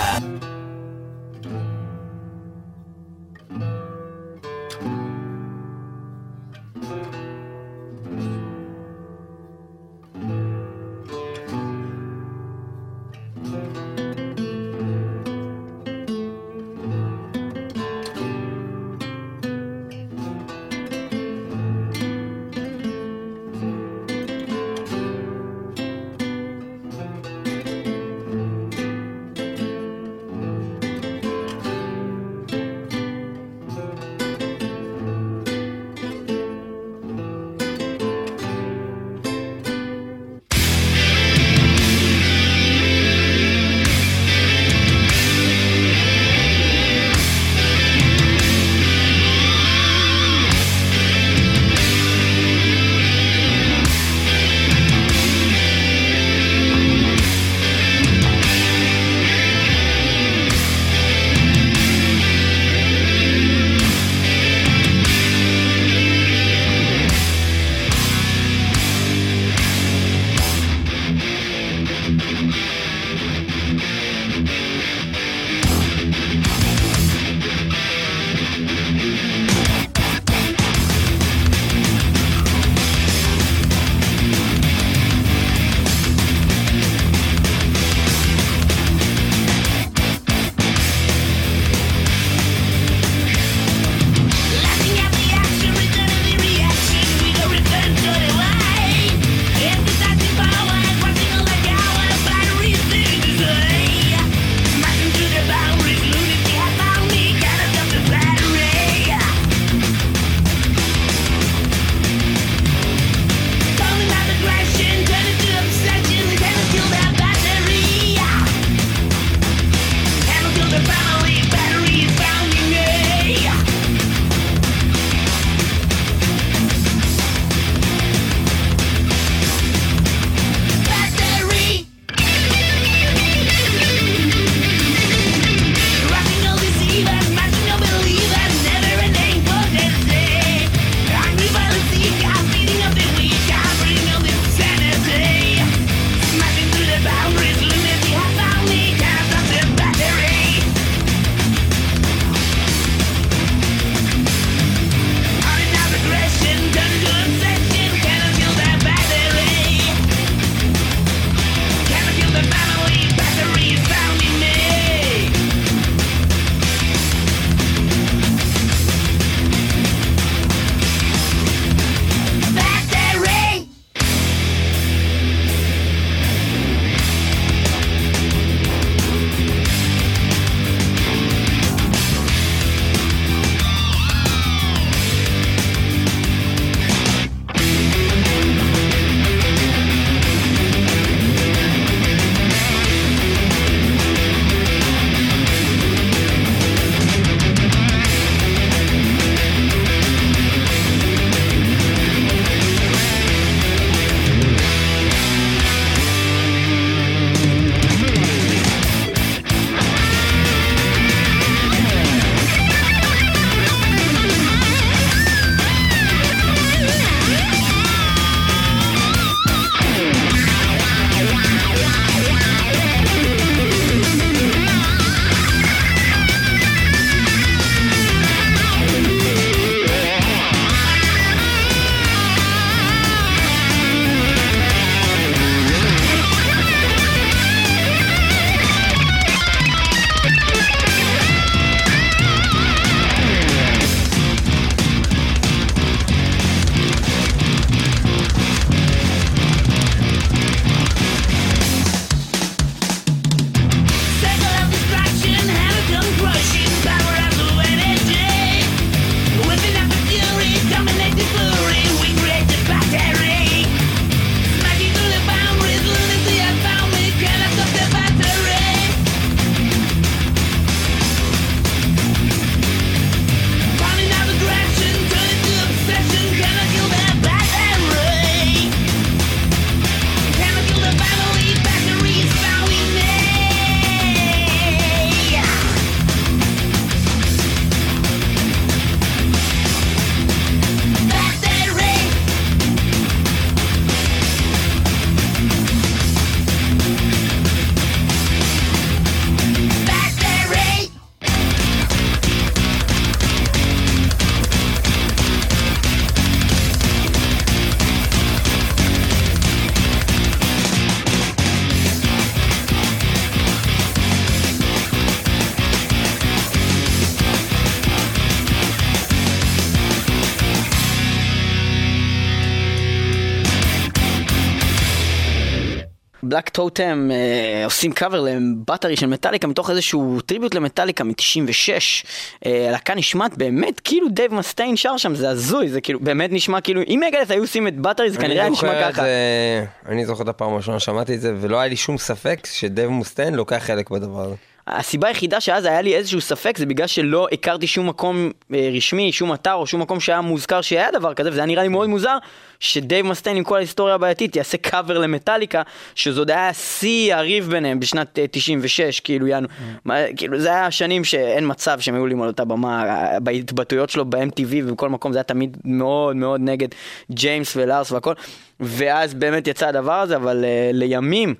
בלק טוטם עושים קאבר לבטרי של מטליקה מתוך איזשהו טריביוט למטליקה מ-96. הלהקה נשמעת באמת כאילו דייב מסטיין שר שם, זה הזוי, זה כאילו באמת נשמע כאילו, אם מגלס היו עושים את בטרי זה כנראה נשמע ככה. אני זוכר את הפעם הראשונה שמעתי את זה, ולא היה לי שום ספק שדייב מסטיין לוקח חלק בדבר הזה. הסיבה היחידה שאז היה לי איזשהו ספק זה בגלל שלא הכרתי שום מקום רשמי, שום אתר או שום מקום שהיה מוזכר שהיה דבר כזה, וזה היה נראה לי מאוד מוזר שדייב מסטיין עם כל ההיסטוריה הבעייתית יעשה קאבר למטליקה, שזאת היה שיא הריב ביניהם בשנת 96, כאילו יענו, כאילו זה היה השנים שאין מצב שהם היו לימוד אותה במה, בהתבטאויות שלו ב-MTV ובכל מקום, זה היה תמיד מאוד מאוד נגד ג'יימס ולארס והכל, ואז באמת יצא הדבר הזה, אבל לימים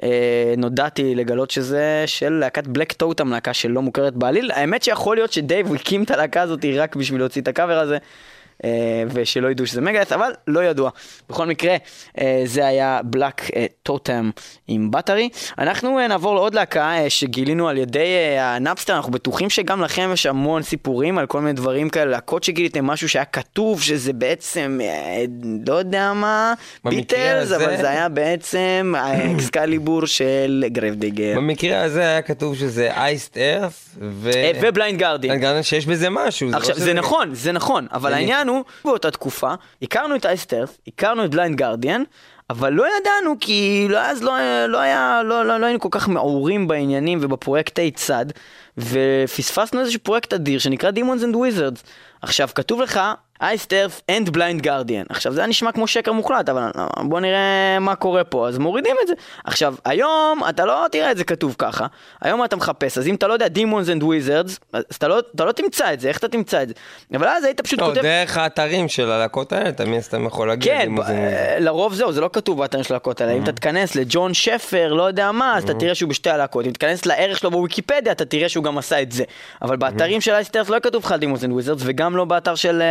נודעתי לגלות שזה של להקת בלק טוטם, להקה שלא מוכרת בעליל. האמת שיכול להיות שדייב הקים את הלהקה הזאת רק בשביל להוציא את הקאבר הזה, ושלא ידעו שזה מגלס, אבל לא ידוע. בכל מקרה, זה היה בלק טוטם עם בטרי. אנחנו נעבור לעוד להקה שגילינו על ידי הנאפסטר. אנחנו בטוחים שגם לכם יש המון סיפורים על כל מיני דברים כאלה, להקות שגיליתם משהו שהיה כתוב שזה בעצם לא יודע מה, ביטלס, אבל זה היה בעצם האקסקליבור של גרייבדיגר. במקרה הזה היה כתוב שזה אייסט ארת' ובליינד גארדיאן, שיש בזה משהו. עכשיו, זה נכון, אבל העניין הוא, באותה תקופה, הכרנו את אייסט ארת', הכרנו את בליינד גארדיאן, אבל לא ידענו, כי אז לא היינו כל כך מעורים בעניינים ובפרויקטי צד, ופספסנו איזשהו פרויקט אדיר שנקרא Demons and Wizards. עכשיו, כתוב לך, Iced Earth and Blind Guardian. עכשיו, זה נשמע כמו שקר מוחלט, אבל בוא נראה מה קורה פה, אז מורידים את זה. עכשיו, היום אתה לא תראה את זה כתוב ככה, היום אתה מחפש, אז אם אתה לא יודע Demons and Wizards, אז אתה לא תמצא את זה, איך אתה תמצא את זה? אבל אז היית פשוט כותב... דרך האתרים של הלהקות האלה, תמיד אתה יכול להגיד... כן, לרוב זהו, זה לא כתוב באתרים של הלהקות האלה. אם אתה תכנס לג'ון שפר, לא יודע מה, אז אתה תראה שהוא בשתי הלהקות. אם תכנס לערך שלו בוויקיפדיה, אתה תראה שהוא גם עשה את זה. אבל באתרים של Iced Earth לא כתוב לך Demons and Wizards, וגם לא באתר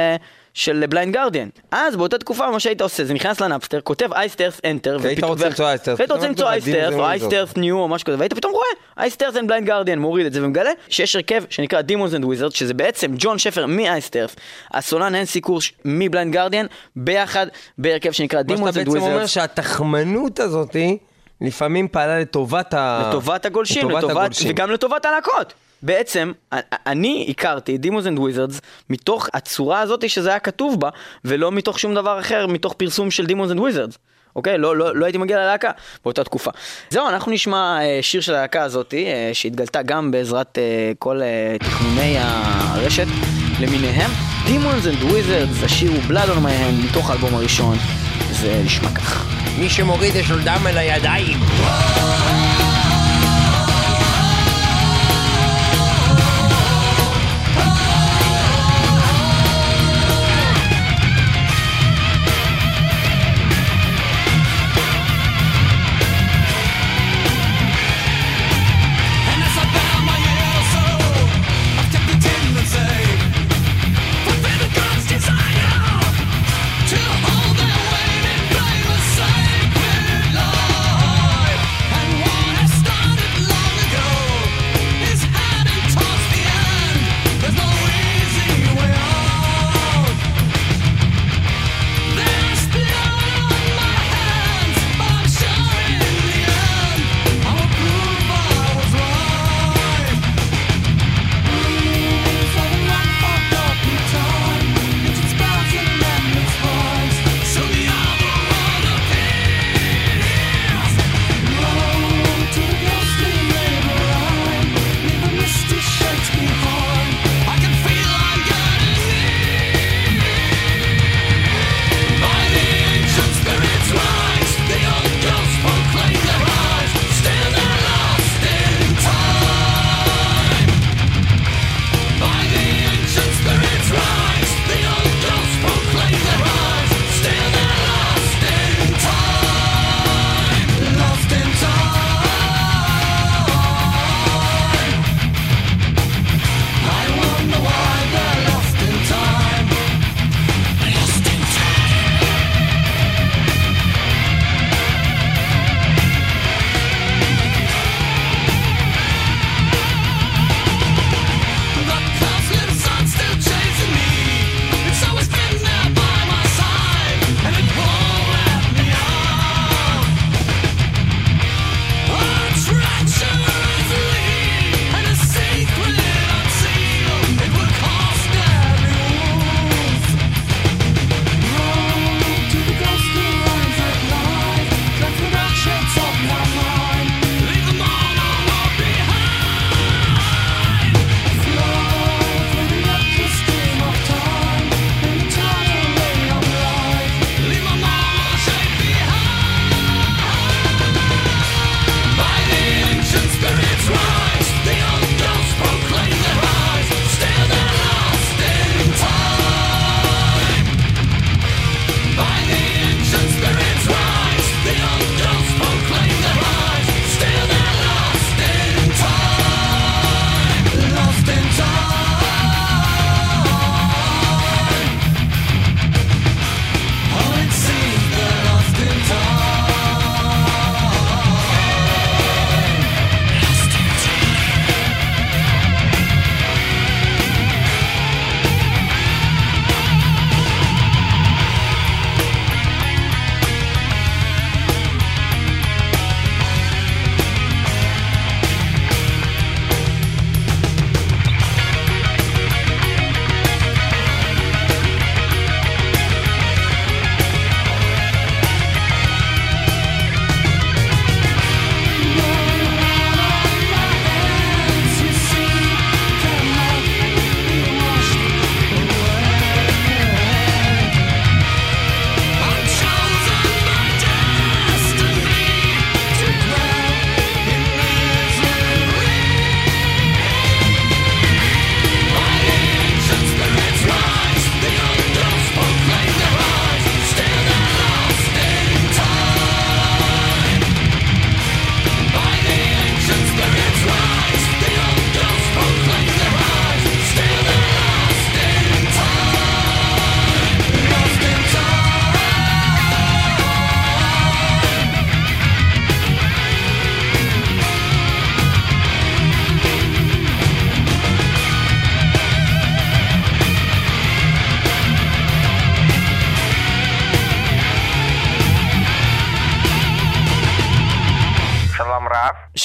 של בליינד גארדיאן. אז באותה תקופה מה שהיית עושה, זה נכנס לנאפסטר, כותב Iced Earth Enter, והיית רוצה למצוא Iced Earth. והיית רוצה למצוא Iced Earth, או Iced Earth New, או משהו כזה, והיית פתאום רואה Iced Earth and Blind Guardian, מוריד את זה ומגלה שיש הרכב שנקרא Demons and Wizards, שזה בעצם ג'ון שפר מ-Iced Earth, הסולן הנסי קורש מבליינד גארדיאן, ביחד בהרכב שנקרא Demons and Wizards. מה שאתה בעצם אומר שהתחמנות הזאת לפעמים פעלה לטובת הגולשים, וגם לטובת הלהקות. בעצם, אני הכרתי Demons and Wizards מתוך הצורה הזאת שזה היה כתוב בה, ולא מתוך שום דבר אחר, מתוך פרסום של Demons and Wizards. אוקיי? לא הייתי מגיע ללהקה באותה תקופה. זהו, אנחנו נשמע שיר של הלהקה הזאת, שהתגלתה גם בעזרת כל תכנוני הרשת למיניהם. Demons and Wizards, השיר הוא Blood on My Hand, מתוך האלבום הראשון. זה נשמע כך. מי שמוריד יש לו דם על הידיים. And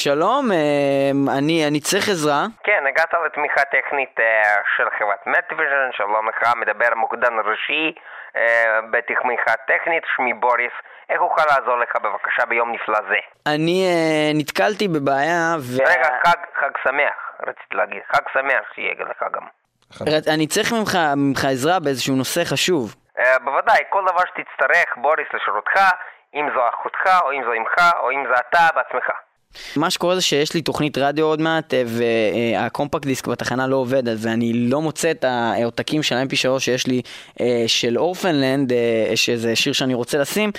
שלום, אני צריך עזרה. כן, הגעת לתמיכה טכנית של חברת מטוויז'ן, שלום לך, מדבר מוקדן ראשי בתמיכה טכנית, שמי בוריס. איך אוכל לעזור לך בבקשה ביום נפלא זה? אני נתקלתי בבעיה רגע, חג שמח, רציתי להגיד, חג שמח שיהיה לך גם. אני צריך ממך עזרה באיזשהו נושא חשוב. בוודאי, כל דבר שתצטרך, בוריס לשירותך, אם זו אחותך, או אם זו אמך, או אם זה אתה בעצמך. מה שקורה זה שיש לי תוכנית רדיו עוד מעט, והקומפקט דיסק בתחנה לא עובד, אז אני לא מוצא את העותקים של ה-MP3 שיש לי של אורפנלנד, שזה שיר שאני רוצה לשים,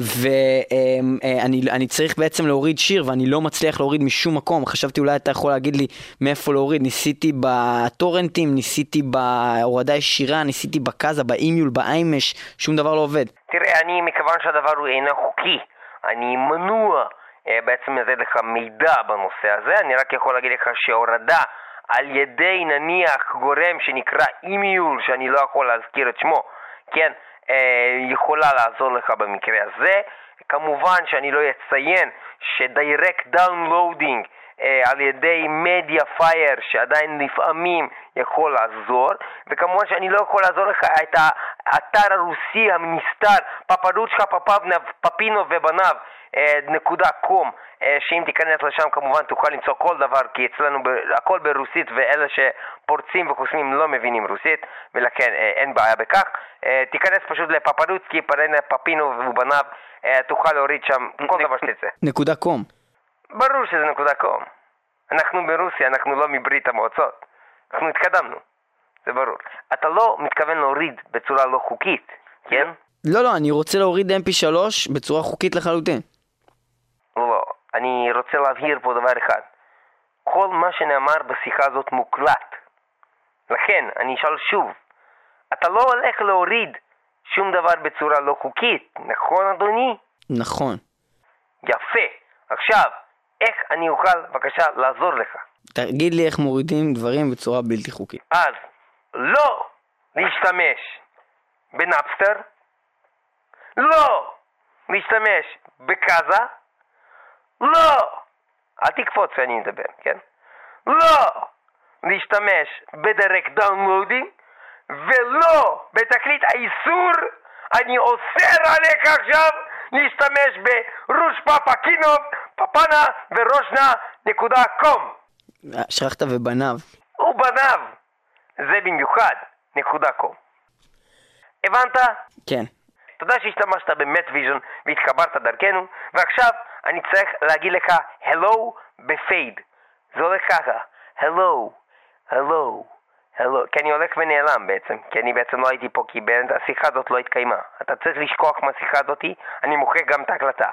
ואני צריך בעצם להוריד שיר, ואני לא מצליח להוריד משום מקום. חשבתי אולי אתה יכול להגיד לי מאיפה להוריד. ניסיתי בטורנטים, ניסיתי בהורדה ישירה, ניסיתי בקאזה, באימיול, באיימש, שום דבר לא עובד. תראה, מכיוון שהדבר הוא אינו חוקי, אני מנוע בעצם לתת לך מידע בנושא הזה. אני רק יכול להגיד לך שהורדה על ידי נניח גורם שנקרא אימיול, שאני לא יכול להזכיר את שמו, כן, יכולה לעזור לך במקרה הזה. כמובן שאני לא אציין שדיירקט דאונלודינג על ידי מדיה פייר שעדיין לפעמים יכול לעזור, וכמובן שאני לא יכול לעזור לך את האתר הרוסי הנסתר פפרוצ'קה פפינו ובניו .com, שאם תיכנס לשם כמובן תוכל למצוא כל דבר, כי אצלנו הכל ברוסית, ואלה שפורצים וחוסמים לא מבינים רוסית, ולכן אין בעיה בכך. תיכנס פשוט לפפרוצ'קי פפינו ובניו, תוכל להוריד שם כל דבר שתצא. .com. ברור שזה .com. אנחנו ברוסיה, אנחנו לא מברית המועצות, אנחנו התקדמנו, זה ברור. אתה לא מתכוון להוריד בצורה לא חוקית, כן? לא, אני רוצה להוריד MP3 בצורה חוקית לחלוטין. לא, אני רוצה להבהיר פה דבר אחד. כל מה שנאמר בשיחה הזאת מוקלט. לכן, אני אשאל שוב, אתה לא הולך להוריד שום דבר בצורה לא חוקית, נכון אדוני? נכון. יפה. עכשיו, איך אני אוכל בבקשה לעזור לך? תגיד לי איך מורידים דברים בצורה בלתי חוקית. אז, לא להשתמש בנאפסטר, לא להשתמש בקאזה, לא, אל תקפוץ שאני מדבר, כן? לא להשתמש בדיירקט דאונלודינג, ולא בתקליט האיסור. אני אוסר עליך עכשיו להשתמש ברושפה פקינוב פפנה ורושנה .com. שכחת ובניו. ובניו, זה במיוחד .com. הבנת? כן. תודה שהשתמשת במטוויז'ן והתחברת דרכנו, ועכשיו אני צריך להגיד לך hello בפייד. זה הולך ככה, hello, כי אני הולך ונעלם בעצם, כי אני בעצם לא הייתי פה, כי השיחה הזאת לא התקיימה. אתה צריך לשכוח מהשיחה הזאת, אני מוחק גם את ההקלטה.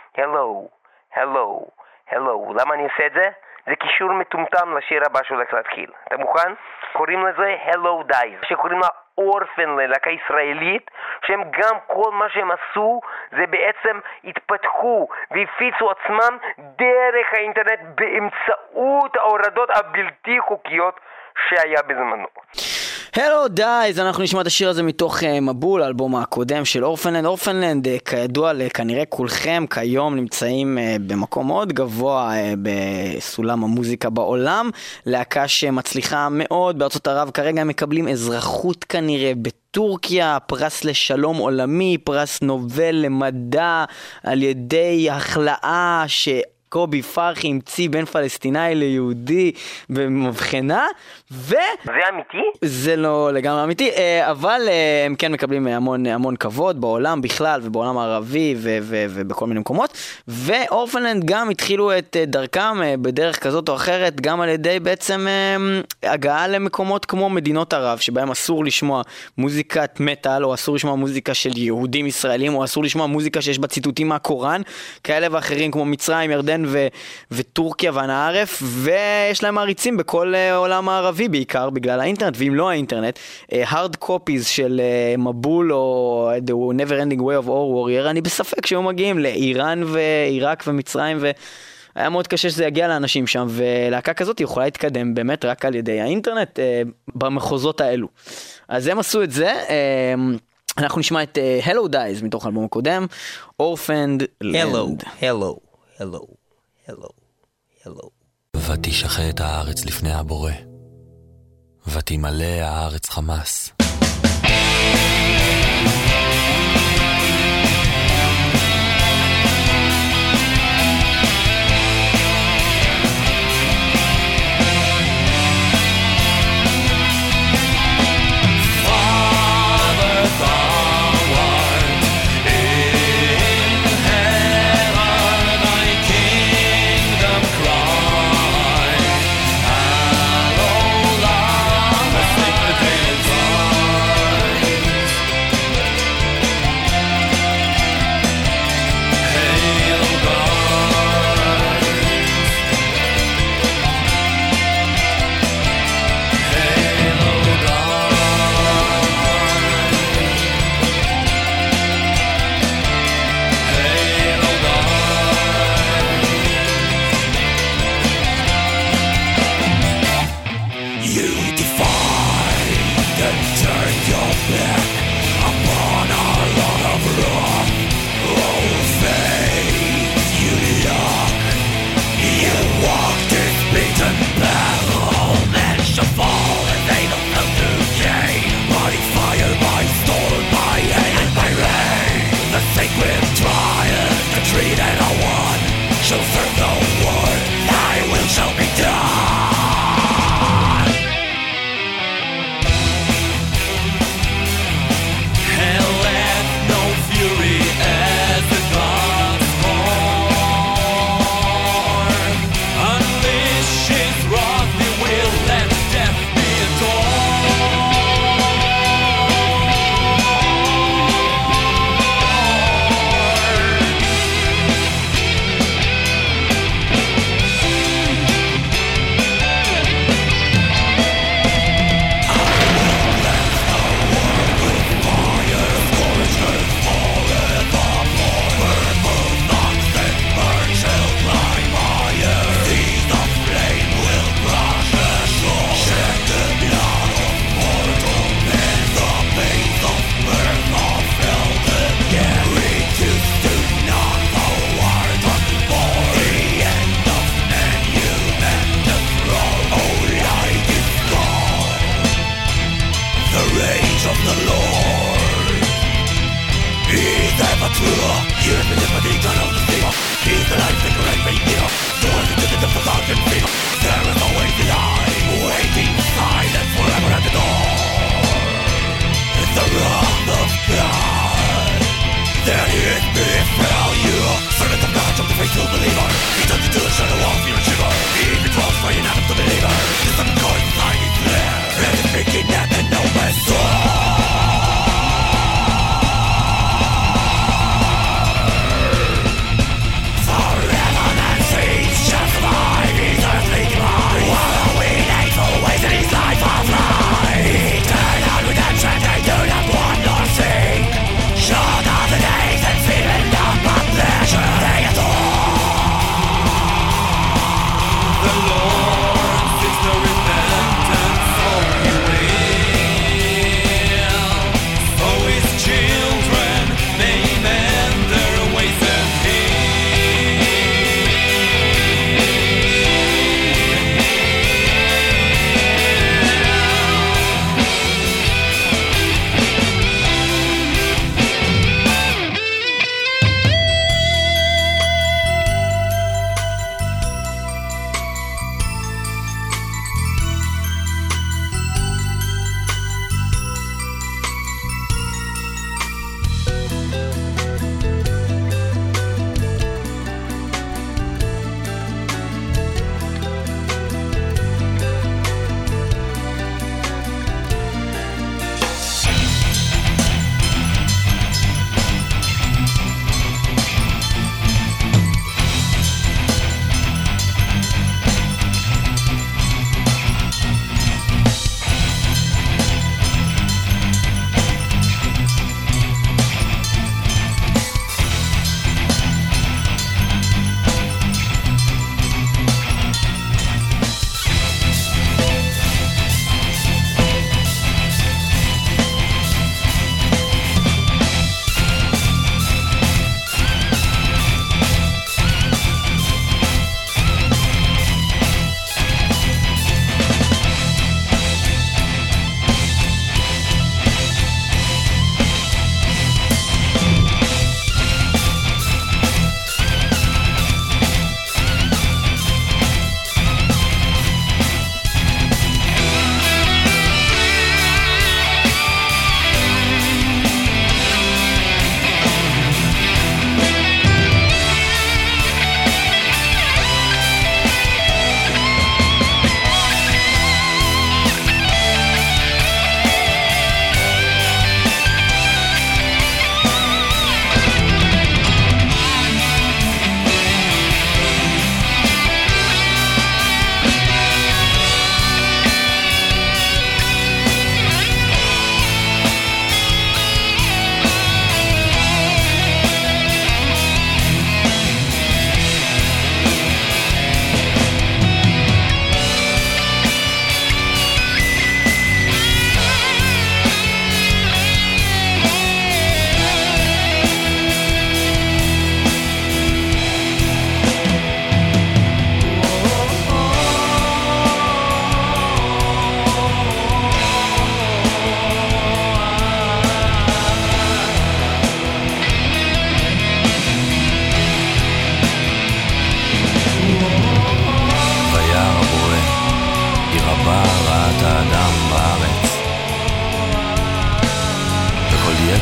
hello. למה אני עושה את זה? זה קישור מטומטם לשיר הבא שהולך להתחיל. אתה מוכן? קוראים לזה Hello Dies, שקוראים לה אורפנלנד, להקה ישראלית, שהם גם כל מה שהם עשו זה בעצם התפתחו והפיצו עצמם דרך האינטרנט באמצעות ההורדות הבלתי חוקיות שהיה בזמנו. Hello Dies, אנחנו נשמע את השיר הזה מתוך מבול, האלבום הקודם של אורפנלנד. אורפנלנד, כידוע לכנראה כולכם, כיום נמצאים במקום מאוד גבוה בסולם המוזיקה בעולם. להקה שמצליחה מאוד בארצות ערב, כרגע הם מקבלים אזרחות כנראה בטורקיה, פרס לשלום עולמי, פרס נובל למדע על ידי החלאה קובי פרחי המציא בין פלסטיני ליהודי במבחנה, זה אמיתי? זה לא לגמרי אמיתי, אבל הם כן מקבלים המון כבוד בעולם בכלל ובעולם הערבי ובכל מיני מקומות. ואורפנלנד גם התחילו את דרכם בדרך כזאת או אחרת, גם על ידי בעצם הגעה למקומות כמו מדינות ערב, שבהם אסור לשמוע מוזיקת מטל, או אסור לשמוע מוזיקה של יהודים ישראלים, או אסור לשמוע מוזיקה שיש בה ציטוטים מהקוראן, כאלה ואחרים כמו מצרים, ירדן וטורקיה והנערף, ויש להם מעריצים בכל עולם הערבי, בעיקר בגלל האינטרנט. ואם לא האינטרנט, hard copies של מבול או The Never Ending Way of Our Warrior, אני בספק שהיו מגיעים לאיראן ועיראק ומצרים, והיה מאוד קשה שזה יגיע לאנשים שם, ולהקה כזאת יכולה להתקדם באמת רק על ידי האינטרנט במחוזות האלו. אז הם עשו את זה. אנחנו נשמע את Hello Dies מתוך אלבום הקודם, Orphaned Land. Hello. hello. ותשחט הארץ לפני הבורא, ותמלא הארץ חמס.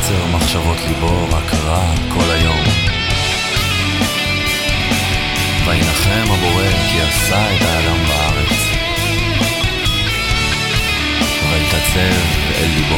בקוצר מחשבות ליבו רק רע כל היום. וינחם הבורא כי עשה את האדם בארץ, ויתעצב אל ליבו.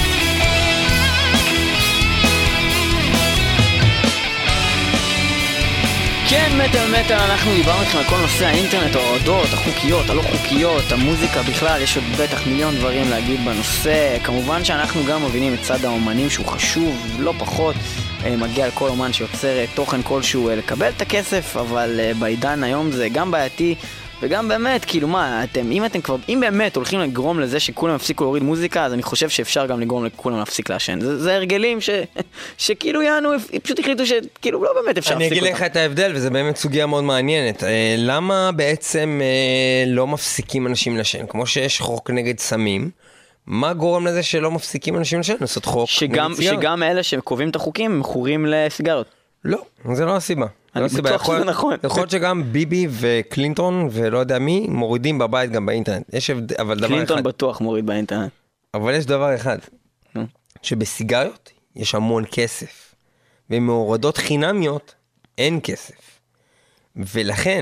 כן, מטל, אנחנו דיברנו איתכם על כל נושא האינטרנט, ההורדות, החוקיות, הלא חוקיות, המוזיקה בכלל, יש עוד בטח מיליון דברים להגיד בנושא. כמובן שאנחנו גם מבינים את צד האומנים שהוא חשוב, לא פחות, מגיע לכל אומן שיוצר תוכן כלשהו לקבל את הכסף, אבל בעידן היום זה גם בעייתי, וגם באמת, כאילו מה, אם באמת הולכים לגרום לזה שכולם יפסיקו להוריד מוזיקה, אז אני חושב שאפשר גם לגרום לכולם להפסיק לעשן. זה הרגלים שכאילו יענו, פשוט החליטו שכאילו לא באמת אפשר להפסיק אותם. אני אגיד לך את ההבדל, וזה באמת סוגיה מאוד מעניינת. למה בעצם לא מפסיקים אנשים לעשן? כמו שיש חוק נגד סמים, מה גורם לזה שלא מפסיקים אנשים לעשן? לעשות חוק נגד סיגרות? שגם אלה שקובעים את החוקים מכורים לסיגרות. לא, זה לא הסיבה. אני בטוח שזה נכון. יכול להיות שגם ביבי וקלינטון ולא יודע מי מורידים בבית גם באינטרנט. יש אבל דבר אחד. קלינטון בטוח מוריד באינטרנט. אבל יש דבר אחד. שבסיגריות יש המון כסף. ומהורדות חינמיות אין כסף. ולכן,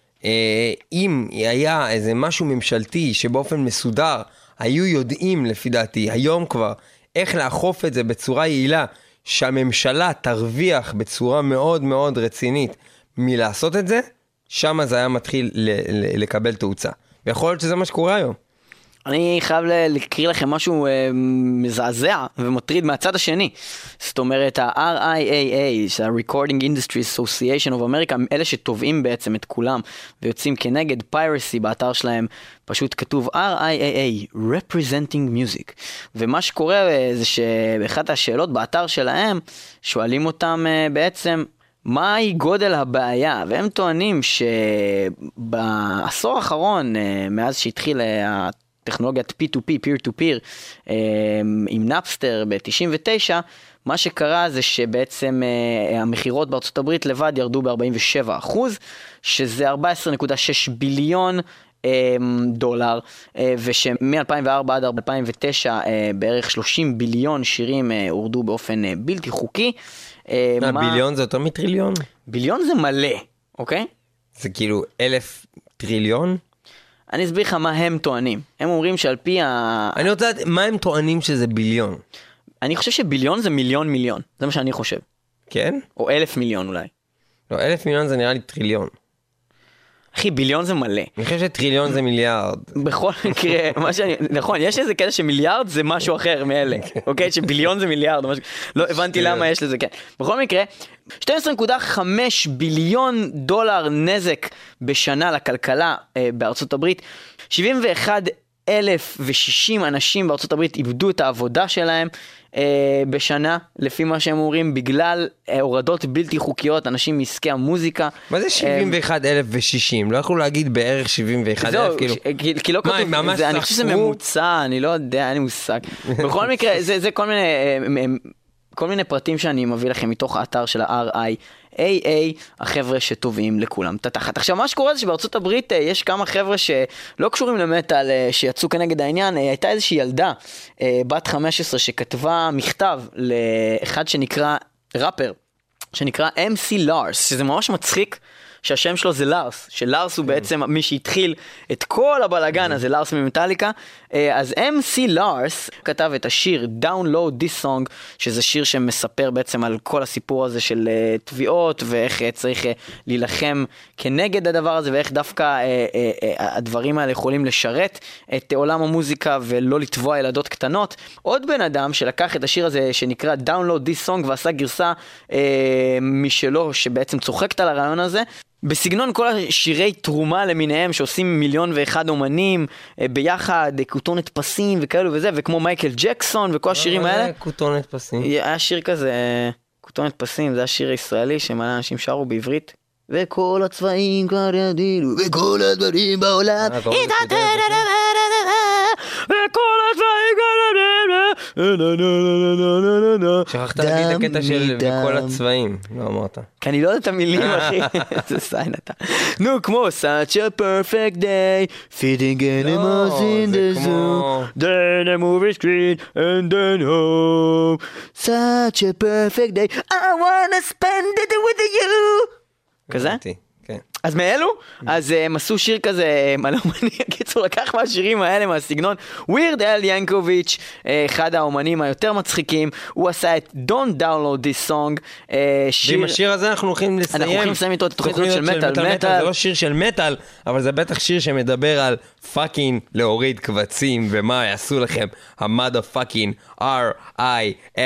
אם היה איזה משהו ממשלתי שבאופן מסודר, היו יודעים לפי דעתי, היום כבר, איך לאכוף את זה בצורה יעילה, שהממשלה תרוויח בצורה מאוד מאוד רצינית מלעשות את זה, שם זה היה מתחיל לקבל תאוצה. ויכול להיות שזה מה שקורה היום. אני חייב להקריא לכם משהו מזעזע ומטריד מהצד השני. זאת אומרת, ה-RIAA, ה-Recording Industry Association of America, אלה שתובעים בעצם את כולם ויוצאים כנגד piracy באתר שלהם, פשוט כתוב RIAA, Representing Music. ומה שקורה זה שבאחת השאלות באתר שלהם, שואלים אותם בעצם, מהי גודל הבעיה? והם טוענים שבעשור האחרון, מאז שהתחיל טכנולוגיית P2P, Peer-to-Peer, עם נאפסטר ב-99, מה שקרה זה שבעצם המחירות בארצות הברית לבד ירדו ב-47%, שזה 14.6 ביליון דולר, ושמ-2004 עד 2009 בערך 30 ביליון שירים הורדו באופן בלתי חוקי. ביליון זה יותר מטריליון? ביליון זה מלא, אוקיי? זה כאילו 1,000 טריליון? אני אסביר לך מה הם טוענים. הם אומרים שעל פי אני רוצה לדעת מה הם טוענים שזה ביליון. אני חושב שביליון זה מיליון. זה מה שאני חושב. כן? או 1,000 מיליון אולי. לא, 1,000 מיליון זה נראה לי טריליון. אחי, ביליון זה מלא. אני חושב שטריליון זה מיליארד. בכל מקרה, נכון, יש איזה קטע שמיליארד זה משהו אחר מאלה. אוקיי? שביליון זה מיליארד. לא הבנתי למה יש לזה, כן. בכל מקרה, 12.5 ביליון דולר נזק בשנה לכלכלה בארצות הברית. 71,060 אנשים בארצות הברית איבדו את העבודה שלהם בשנה, לפי מה שהם אומרים, בגלל הורדות בלתי חוקיות, אנשים מעסקי המוזיקה. מה זה 71,060? לא יכולו להגיד בערך 71,000, כאילו. כי לא כתוב, אני חושב שזה ממוצע, אני לא יודע, אין לי מושג. בכל מקרה, זה כל מיני פרטים שאני מביא לכם מתוך האתר של ה-RIAA, החבר'ה שטובים לכולם את התחת. עכשיו, מה שקורה זה שבארצות הברית יש כמה חבר'ה שלא קשורים למטל, שיצאו כנגד העניין. הייתה איזושהי ילדה, בת 15, שכתבה מכתב לאחד שנקרא ראפר, שנקרא MC לארס, שזה ממש מצחיק, שהשם שלו זה לארס, שלארס הוא בעצם מי שהתחיל את כל הבלגן הזה, לארס ממטליקה. אז MC לארס כתב את השיר Download This Song, שזה שיר שמספר בעצם על כל הסיפור הזה של תביעות, ואיך צריך להילחם כנגד הדבר הזה, ואיך דווקא הדברים האלה יכולים לשרת את עולם המוזיקה ולא לתבוע ילדות קטנות. עוד בן אדם שלקח את השיר הזה שנקרא Download This Song ועשה גרסה משלו שבעצם צוחקת על הרעיון הזה, בסגנון כל השירי תרומה למיניהם שעושים 1,001 אומנים ביחד, כותונת פסים וכאלו וזה, וכמו מייקל ג'קסון וכל השירים האלה. כותונת פסים. היה שיר כזה, כותונת פסים, זה השיר הישראלי שמלא אנשים שרו בעברית. וכל הצבעים כבר ידינו, וכל הדברים בעולם. וכל הצבעים כבר ידינו, שכחת להגיד את הקטע של כל הצבעים, לא אמרת. כי אני לא יודע את המילים, אחי. זה סיין אתה. נו, כמו such a perfect day, feeding animals in the zoo, then a movie screen, and then home. Such a perfect day, I wanna spend it with you. כזה? כן. אז מאלו, אז הם עשו שיר כזה מלאומני, הקיצור לקח מהשירים האלה מהסגנון, ווירד אל ינקוביץ', אחד האומנים היותר מצחיקים, הוא עשה את Don't Download This Song, ועם השיר הזה אנחנו הולכים לסיים איתו את התוכנית של מטל. זה לא שיר של מטל, אבל זה בטח שיר שמדבר על פאקינג להוריד קבצים, ומה יעשו לכם המאדה פאקינג R-I-S-A-A.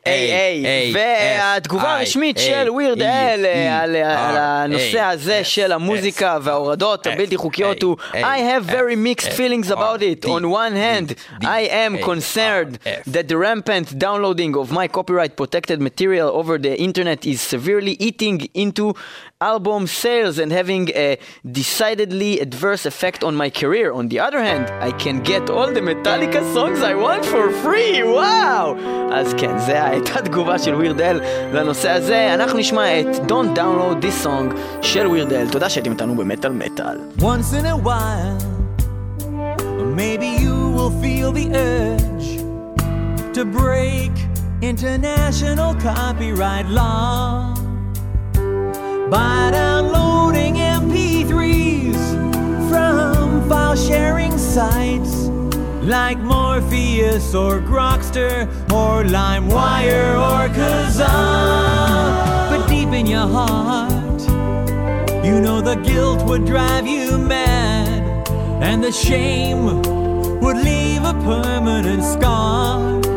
והתגובה הרשמית של ווירד אל על הנושא הזה של המוזיקה וההורדות הבלתי חוקיות הוא I have very mixed feelings about it. On one hand, I am concerned that the rampant downloading of my copyright protected material over the internet is severely eating into album sales and having a decidedly adverse effect on my career. On the other hand, I can get all the Metallica songs I want for free. וואו! אז כן, זה הייתה תגובה של ווירד אל לנושא הזה. אנחנו נשמע את Don't Download This Song של ווירד אל. תודה שהייתם איתנו במטל מטל. Once in a while, maybe you will feel the urge to break international copyright law by downloading MP3s from file-sharing sites like Morpheus or Grokster or LimeWire or Kazaa. But deep in your heart, you know the guilt would drive you mad, and the shame would leave a permanent scar.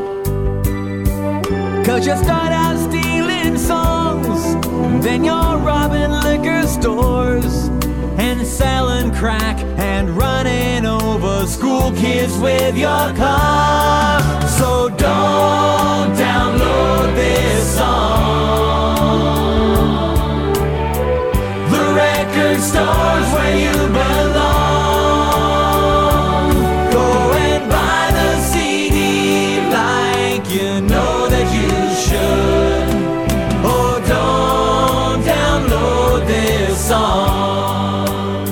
'Cause you start out stealing songs, then you're robbing liquor stores and selling crack and running over school kids with your car. So don't download this song. The record store's where you belong. Go and buy the CD like you know that you should. Oh, don't download this song.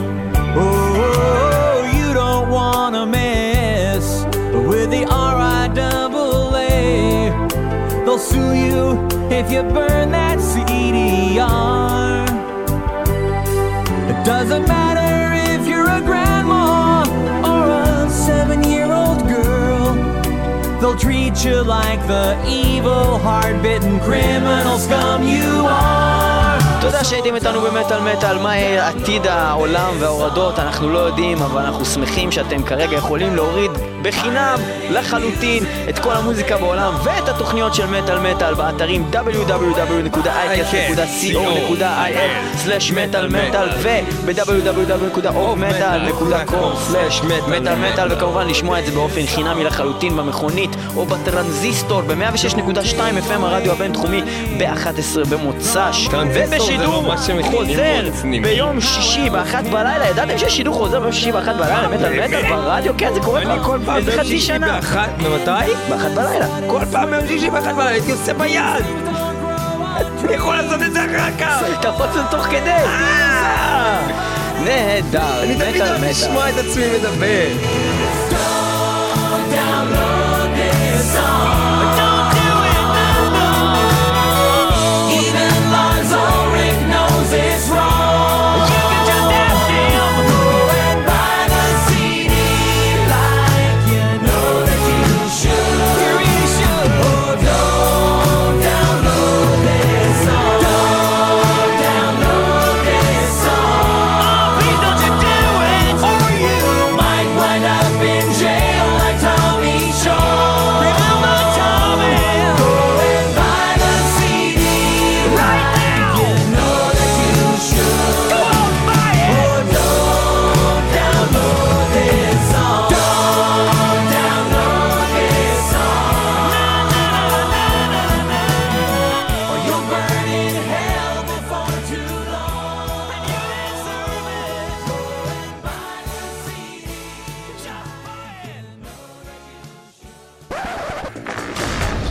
Oh, you don't wanna mess with the RIAA. They'll sue you if you burn that CDR. It doesn't matter if you're a grandma or a 7-year-old girl. They'll treat you like the evil, hard-bitten criminal scum you are. תודה שהייתם איתנו במטל מטל. מה יהיה עתיד העולם וההורדות אנחנו לא יודעים, אבל אנחנו שמחים שאתם כרגע יכולים להוריד בחינם לחלוטין את כל המוזיקה בעולם ואת התוכניות של מטל מטל באתרים www.icast.co.il/מטל-מטל וב-www.ofmetal.com/מטל-מטל, וכמובן לשמוע את זה באופן חינמי לחלוטין במכונית או בטרנזיסטור ב-106.2 FM הרדיו הבינתחומי ב-11 במוצ"ש, ובשידור חוזר ביום שישי ב-1 בלילה. ידעתם שיש שידור חוזר ביום שישי ב-1 בלילה מטל מטל ברדיו? כן, זה קורה כבר איזה חצי שנה. ומתי? ב-1 בלילה. כל פעם ביום שישי ב-1 בלילה הייתי עושה ביד. אני יכול לעשות את זה אחר כך. אתה יכול לעשות תוך כדי. נהדר. אני תמיד אוהב לשמוע את עצמי מדבר. It's wrong. You can just ask him. Go and buy the CD like you know that you should. You really should. Oh, don't download this song. Don't download this song. Oh, please don't you do it, or you might wind up in